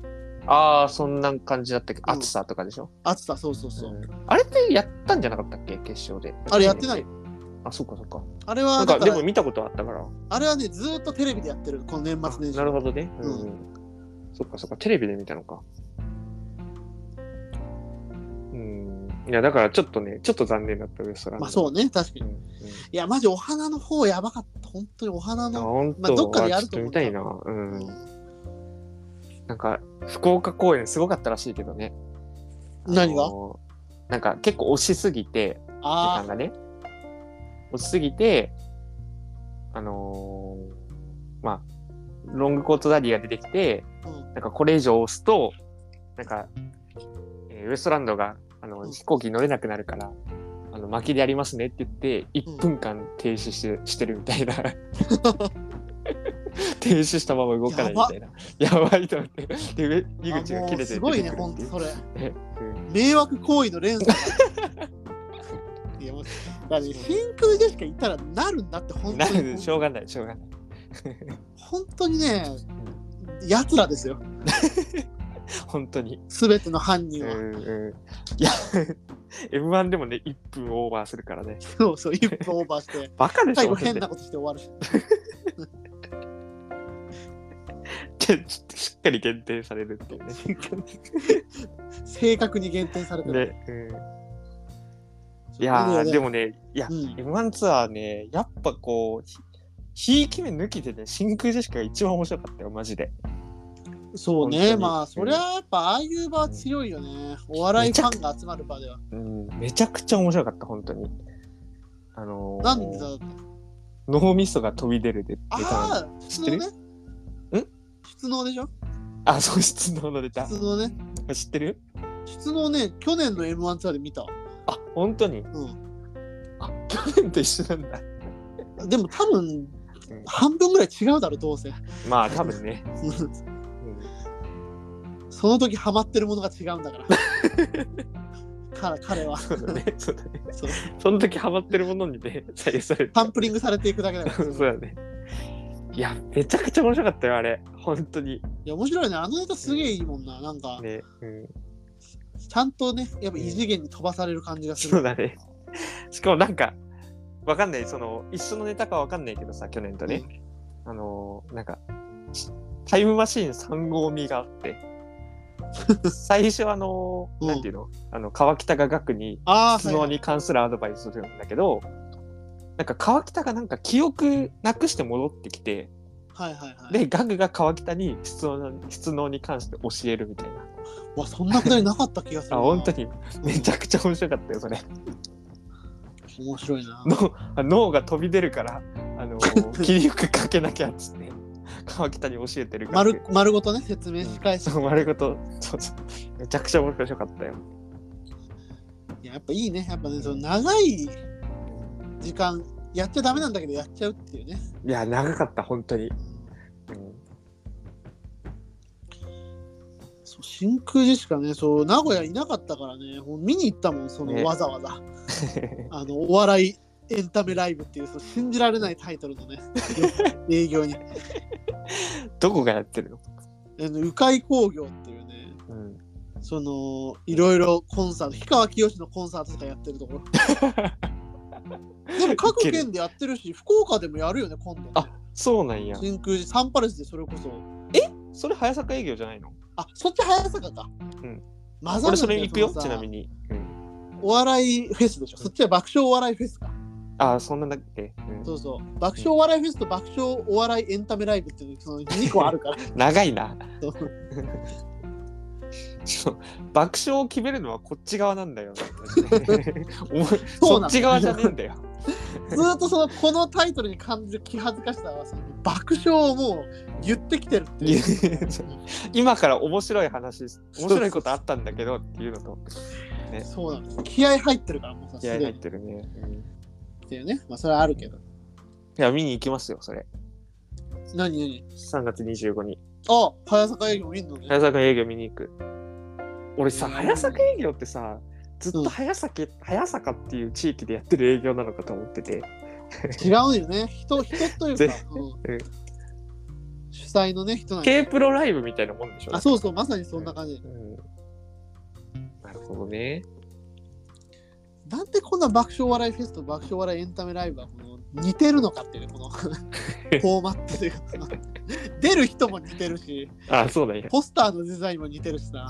そんな感じだったっけ？暑さとかでしょ？ 暑さ、そう。 あれってやったんじゃなかったっけ？決勝で。 あれやってないよ。 そっか。 あれはなんかでも見たことあったから。あれはね、ずーっとテレビでやってる、この年末年始。 なるほどね。そっか、テレビで見たのか。いや、だからちょっと残念だったウエストランド。 そうね、確かに。いや、マジお花の方やばかった。本当にお花の。どっかでやると思う。 見たいな。なんか、福岡公演すごかったらしいけどね。 何が？ なんか結構押しすぎて、時間がね。押しすぎて、ロングコートダディが出てきて、なんかこれ以上押すと、なんか、ウエストランドが飛行機に乗れなくなるから巻きでやりますねって言って1分間停止してるみたいな停止したまま動かないみたいな。やばいと思って。で井口が切れてる。 すごいね、ほんとそれ。迷惑行為の連鎖。いやもうだって真空ジェシカいたらなるんだって、本当に。 しょうがない。 本当にね、奴らですよ。 本当に全ての犯人は。 いやM1 でもね1分オーバーするからね。 そう1分オーバーしてバカでしょ。 最後変なことして終わる。 しっかり限定されるっていうね。 正確に限定されてる、 いやでもね、M1 ツアーね、やっぱこうひいき目抜きでね、真空ジェシカが一番面白かったよマジで。 そうね、そりゃやっぱああいう場は強いよね。お笑いファンが集まる場では。 めちゃくちゃ面白かった本当に。 なんでだ脳みそが飛び出るで出たの知ってる？ 出能でしょ？ そう、出能の出た。 出能ね。 知ってる？ 出能ね、去年の M1 ツアーで見た。 本当に？去年と一緒なんだ。 でも多分、半分ぐらい違うだろどうせ。 多分ね。 その時ハマってるものが違うんだから。彼は。 そうだね。その時ハマってるものにね、左右されて。 サンプリングされていくだけだから。 そうだね。 いや、めちゃくちゃ面白かったよ、あれ。本当に。いや、面白いね。あのネタすげえいいもんな。なんか、 ね、 ちゃんとね、やっぱ異次元に飛ばされる感じがする。 そうだね。しかもなんか、わかんない、一緒のネタかわかんないけどさ、去年とね。なんか、タイムマシーン3号見があって、最初なんていうの川北が学に質能に関するアドバイスするんだけど、なんか川北がなんか記憶なくして戻ってきて、で学が川北に質能に関して教えるみたいな。 わ、そんなくだりなかった気がするな。 本当にめちゃくちゃ面白かったよそれ。 面白いな。 脳が飛び出るから切り服かけなきゃっつって川北に教えてるから。 丸ごとね説明し返す。 丸ごとそうめちゃくちゃ面白かったよ。 いや、やっぱいいね。やっぱね、その長い時間やっちゃダメなんだけどやっちゃうっていうね。 いや、長かった本当に。 そう、真空ジェシカね、そう名古屋いなかったからね、見に行ったもん、わざわざお笑いエンタメライブっていう信じられないタイトルのね営業に。 どこがやってるの？ 鵜飼工業っていうね、いろいろコンサート、氷川きよしのコンサートとかやってるところ。でも各県でやってるし、福岡でもやるよね今度ね。 あ、そうなんや。 真空サンパレスでそれこそ。 それ早坂営業じゃないの？ あ、そっち早坂か。 俺それ行くよ、ちなみに。 お笑いフェスでしょ。そっちは爆笑お笑いフェスか。 あ、そんなんだっけ。 そうそう。爆笑お笑いフェスと爆笑お笑いエンタメライブっていうその2個あるから。 長いな。爆笑を決めるのはこっち側なんだよ。そっち側じゃねえんだよ。 ずっとこのタイトルに感じる気恥ずかしさは爆笑をもう言ってきてるっていう。 今から面白いことあったんだけどっていうのと、 ね、そうなんです。気合入ってるからもうさ。 気合入ってるね。 っていうね、まあそれはあるけど。いや、見に行きますよそれ。 何 ?3 月25日。 あ、早坂営業見んのね。 早坂営業見に行く。俺さ、早坂営業ってさ、ずっと早坂っていう地域でやってる営業なのかと思ってて。 違うよね。人というか、主催のね、人なん K プロライブみたいなもんでしょ。 あ、そうそう、まさにそんな感じ。 なるほどね。 なんでこんな爆笑笑いフェスと爆笑笑いエンタメライブは似てるのかっていうね、このフォーマットというか、出る人も似てるし、 そうだね。 ポスターのデザインも似てるしさ。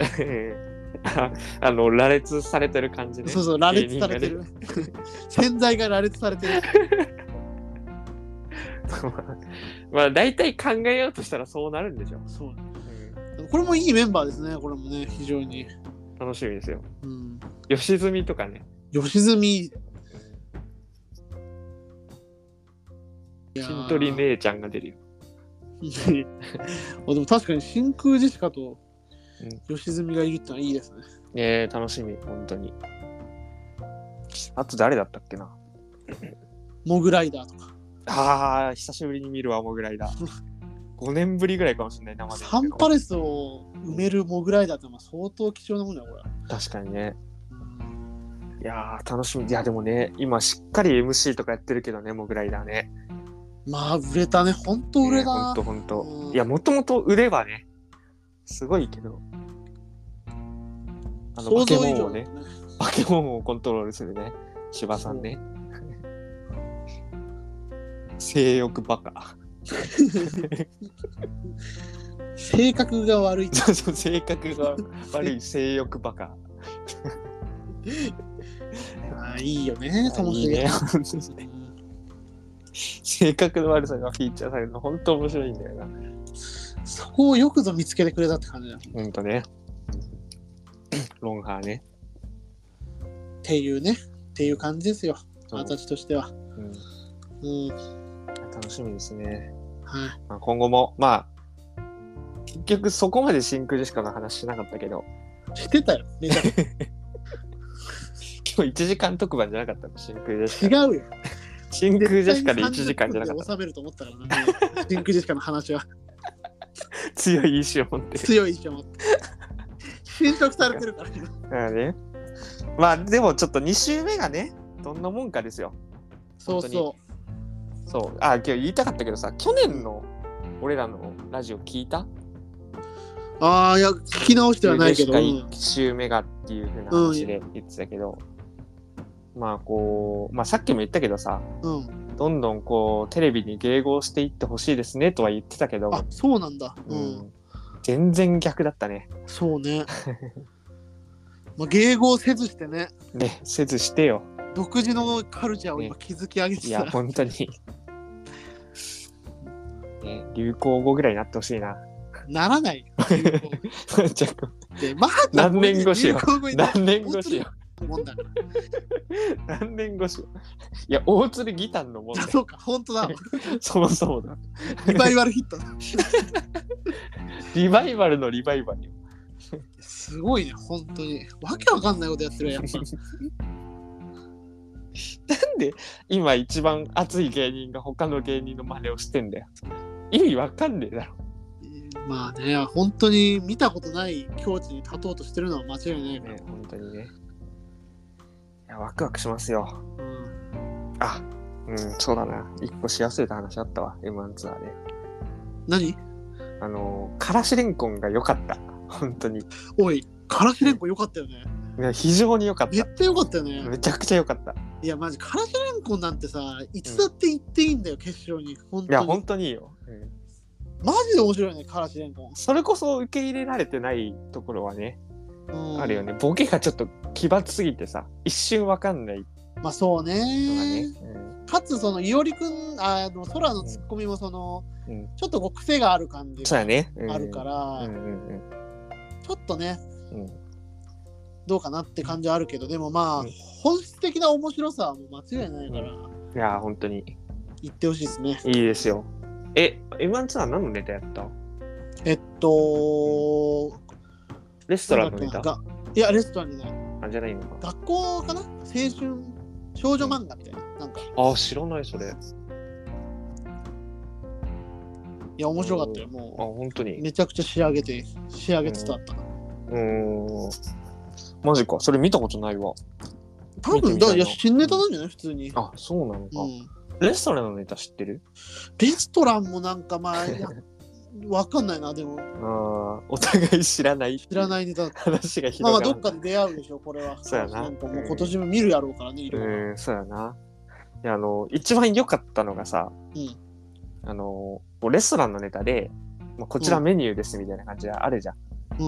羅列されてる感じね。 そうそう、羅列されてる。洗剤が羅列されてる。 まあ大体考えようとしたらそうなるんでしょ。 そう。これもいいメンバーですね。これもね、非常に楽しみですよ。吉住とかね。 吉住。 新鳥姉ちゃんが出るよ。 でも確かに真空ジェシカと吉住がいるってのはいいですね。楽しみ、本当に。あと誰だったっけな。 モグライダーとか。久しぶりに見るわ、モグライダー。5年ぶりぐらいかもしれない、生で。 サンパレスを埋めるモグライダーって相当貴重なもんだよ、これ。 確かにね。いやー、楽しみ。いや、でもね、今しっかり MC とかやってるけどね、モグライダーね。 まあ、売れたね。ほんと売れた。 ほんと。いや、もともと売ればね、すごいけど。バケモンをね、バケモンをコントロールするね、芝さんね。性欲バカ。 性格が悪い。 そうそう、性格が悪い性欲バカ。 いいよね、楽しいね。 性格の悪さがフィーチャーされるの本当面白いんだよな。 そこをよくぞ見つけてくれたって感じだ。 ほんとね。ロンハーね。 っていう感じですよ。私としては。 楽しみですね。 はい。 今後も結局そこまで真空ジェシカの話しなかったけど。 してたよ。めちゃくちゃ。 今日1時間特番じゃなかったの、真空ジェシカ。 違うよ。 真空ジェシカで1時間じゃなかった。 収めると思ったからな。真空ジェシカの話は。 強い意志を持って。 強い意志を持って。侵食されてるからね。まあでもちょっと2週目がね、どんなもんかですよ。 そうそう。 そう。今日言いたかったけどさ、去年の俺らのラジオ聞いた？ ああ、いや、聞き直してはないけど。 1週目がっていう風な話で言ってたけど、まあこう、まあさっきも言ったけどさ、どんどんこうテレビに迎合していってほしいですねとは言ってたけど、 あ、そうなんだ。 全然逆だったね。 そうね。まあ迎合せずしてね。 ね、せずしてよ。 独自のカルチャーを今築き上げてた、ね、いや本当に、ね、流行語ぐらいになってほしいな。 ならないよ。 で、まあ、何年越しよ。何年越しよ。何年越しよ。いや、大鶴ギターのもんだ。 そうか、本当だ。 そもそもだ。 リバイバルヒットだ。 リバイバルのリバイバルよ。 すごいね、本当に。わけわかんないことやってるやっぱ。 なんで今一番熱い芸人が他の芸人の真似をしてんだよ。意味わかんねえだろ。 まあね、本当に見たことない境地に立とうとしてるのは間違いないね。本当にね。いや、ワクワクしますよ。あ、そうだな。一個し忘れた話あったわ、M1 ツアーで。 何？ からしれんこんが良かった。本当に。 おい、からしれんこん良かったよね。 いや、非常に良かった。 めっちゃ良かったよね。 めちゃくちゃ良かった。 いや、マジ、からしれんこんなんてさ、いつだって行っていいんだよ、決勝に。本当に。 いや、本当にいいよ。 マジで面白いね、からしれんこん。 それこそ受け入れられてないところはね、あるよね。ボケがちょっと奇抜すぎてさ、一瞬わかんない。 まあそうね。かつ、その、いおりくん、空のツッコミもちょっとこう癖がある感じがあるから、ちょっとね、どうかなって感じはあるけど、でもまあ、本質的な面白さはもう間違いないから、いや、本当に。 言ってほしいですね。 いいですよ。M1 ツアー何のネタやった？レストランのネタ？ いや、レストランじゃない。 じゃないのか。 学校かな？青春少女漫画みたいな。なんか。 あ、知らない、それ。 いや、面白かったよ。もう。 あ、本当に。 めちゃくちゃ仕上げてたったな。 マジか。それ見たことないわ。 多分、いや、新ネタなんじゃない？普通に。 あ、そうなのか。レストランのネタ知ってる？ レストランもなんかまあわかんないな。でもお互い知らないネタ話が広がまあどっかで出会うでしょこれは。 そうやな。 なんかもう今年も見るやろうからね。 そうやな。いや一番良かったのがさ、レストランのネタでこちらメニューですみたいな感じであるじゃん。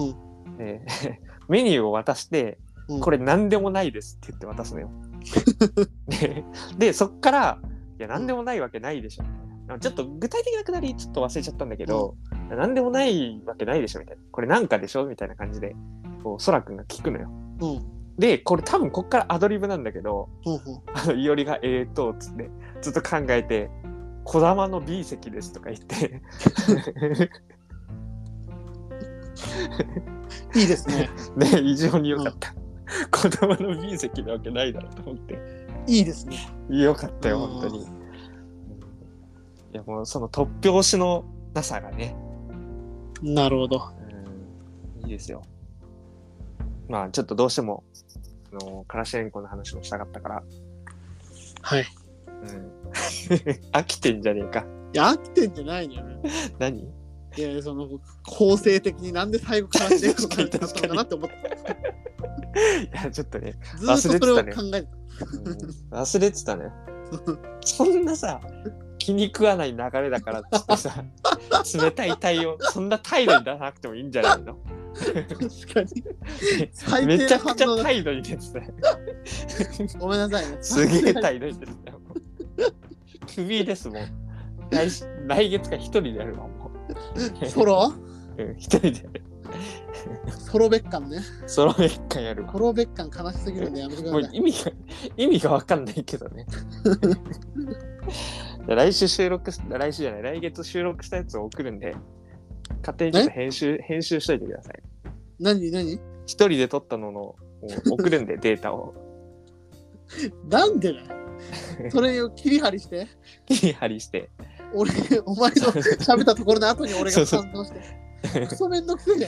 メニューを渡して、これ何でもないですって言って渡すのよ。でそっからいや何でもないわけないでしょ。ちょっと具体的なくだりちょっと忘れちゃったんだけど、何でもないわけないでしょみたいな。これなんかでしょみたいな感じでこうそらくんが聞くのよ。でこれ多分こっからアドリブなんだけど、いおりがつってずっと考えて児玉の B 席ですとか言っていいですね。 ね、非常に良かった。児玉の B 席なわけないだろうと思って。 いいですね。 良かったよ本当に。いやもうその突拍子のなさがね。 なるほど。 いいですよ。まあちょっとどうしてもカラシェンコの話もしたかったから。 はい。 飽きてんじゃねえか。 いや飽きてんじゃないのよね。 何？ いやその構成的になんで最後カラシェンコになったのかなって思ってた。 いやちょっとねずっとそれを考えてた。忘れてたね。そんなさ気に食わない流れだからっつってさ冷たい対応そんな態度に出さなくてもいいんじゃないの？ 確かにめちゃくちゃ態度に出てた。 ごめんなさいね。 すげえ態度に出てたよ。クビですもん。来月か一人でやるわもう。ソロ？ 一人でやる。 ソロ別館ね。 ソロ別館やるわ。 ソロ別館悲しすぎるんでやめてください。 もう意味が分かんないけどね。来月収録したやつを送るんで、勝手にちょっと編集しといてください。 何？ 一人で撮ったのを送るんで、データを。 なんでだよ。それを切り張りして。お前の喋ったところの後に俺が反応して。クソめんどくせえじゃ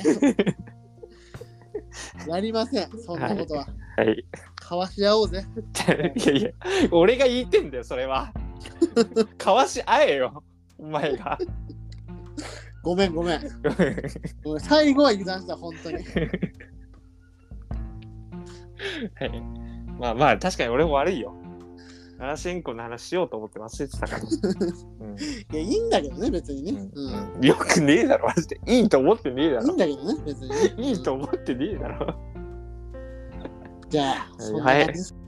ん。やりません、そんなことは。 はい。 かわし合おうぜ。 いや、俺が言いてんだよ、それは。かわし合えよ、お前が。 ごめん。最後は油断した、本当に。 はい。まあ、確かに俺も悪いよ。ナラシェンコの話しようと思って忘れてたから。 いや、いいんだけどね、別にね。 よくねえだろ、マジで。いいと思ってねえだろ。 いいんだけどね、別に。 いいと思ってねえだろ。 じゃあ、そんな感じです。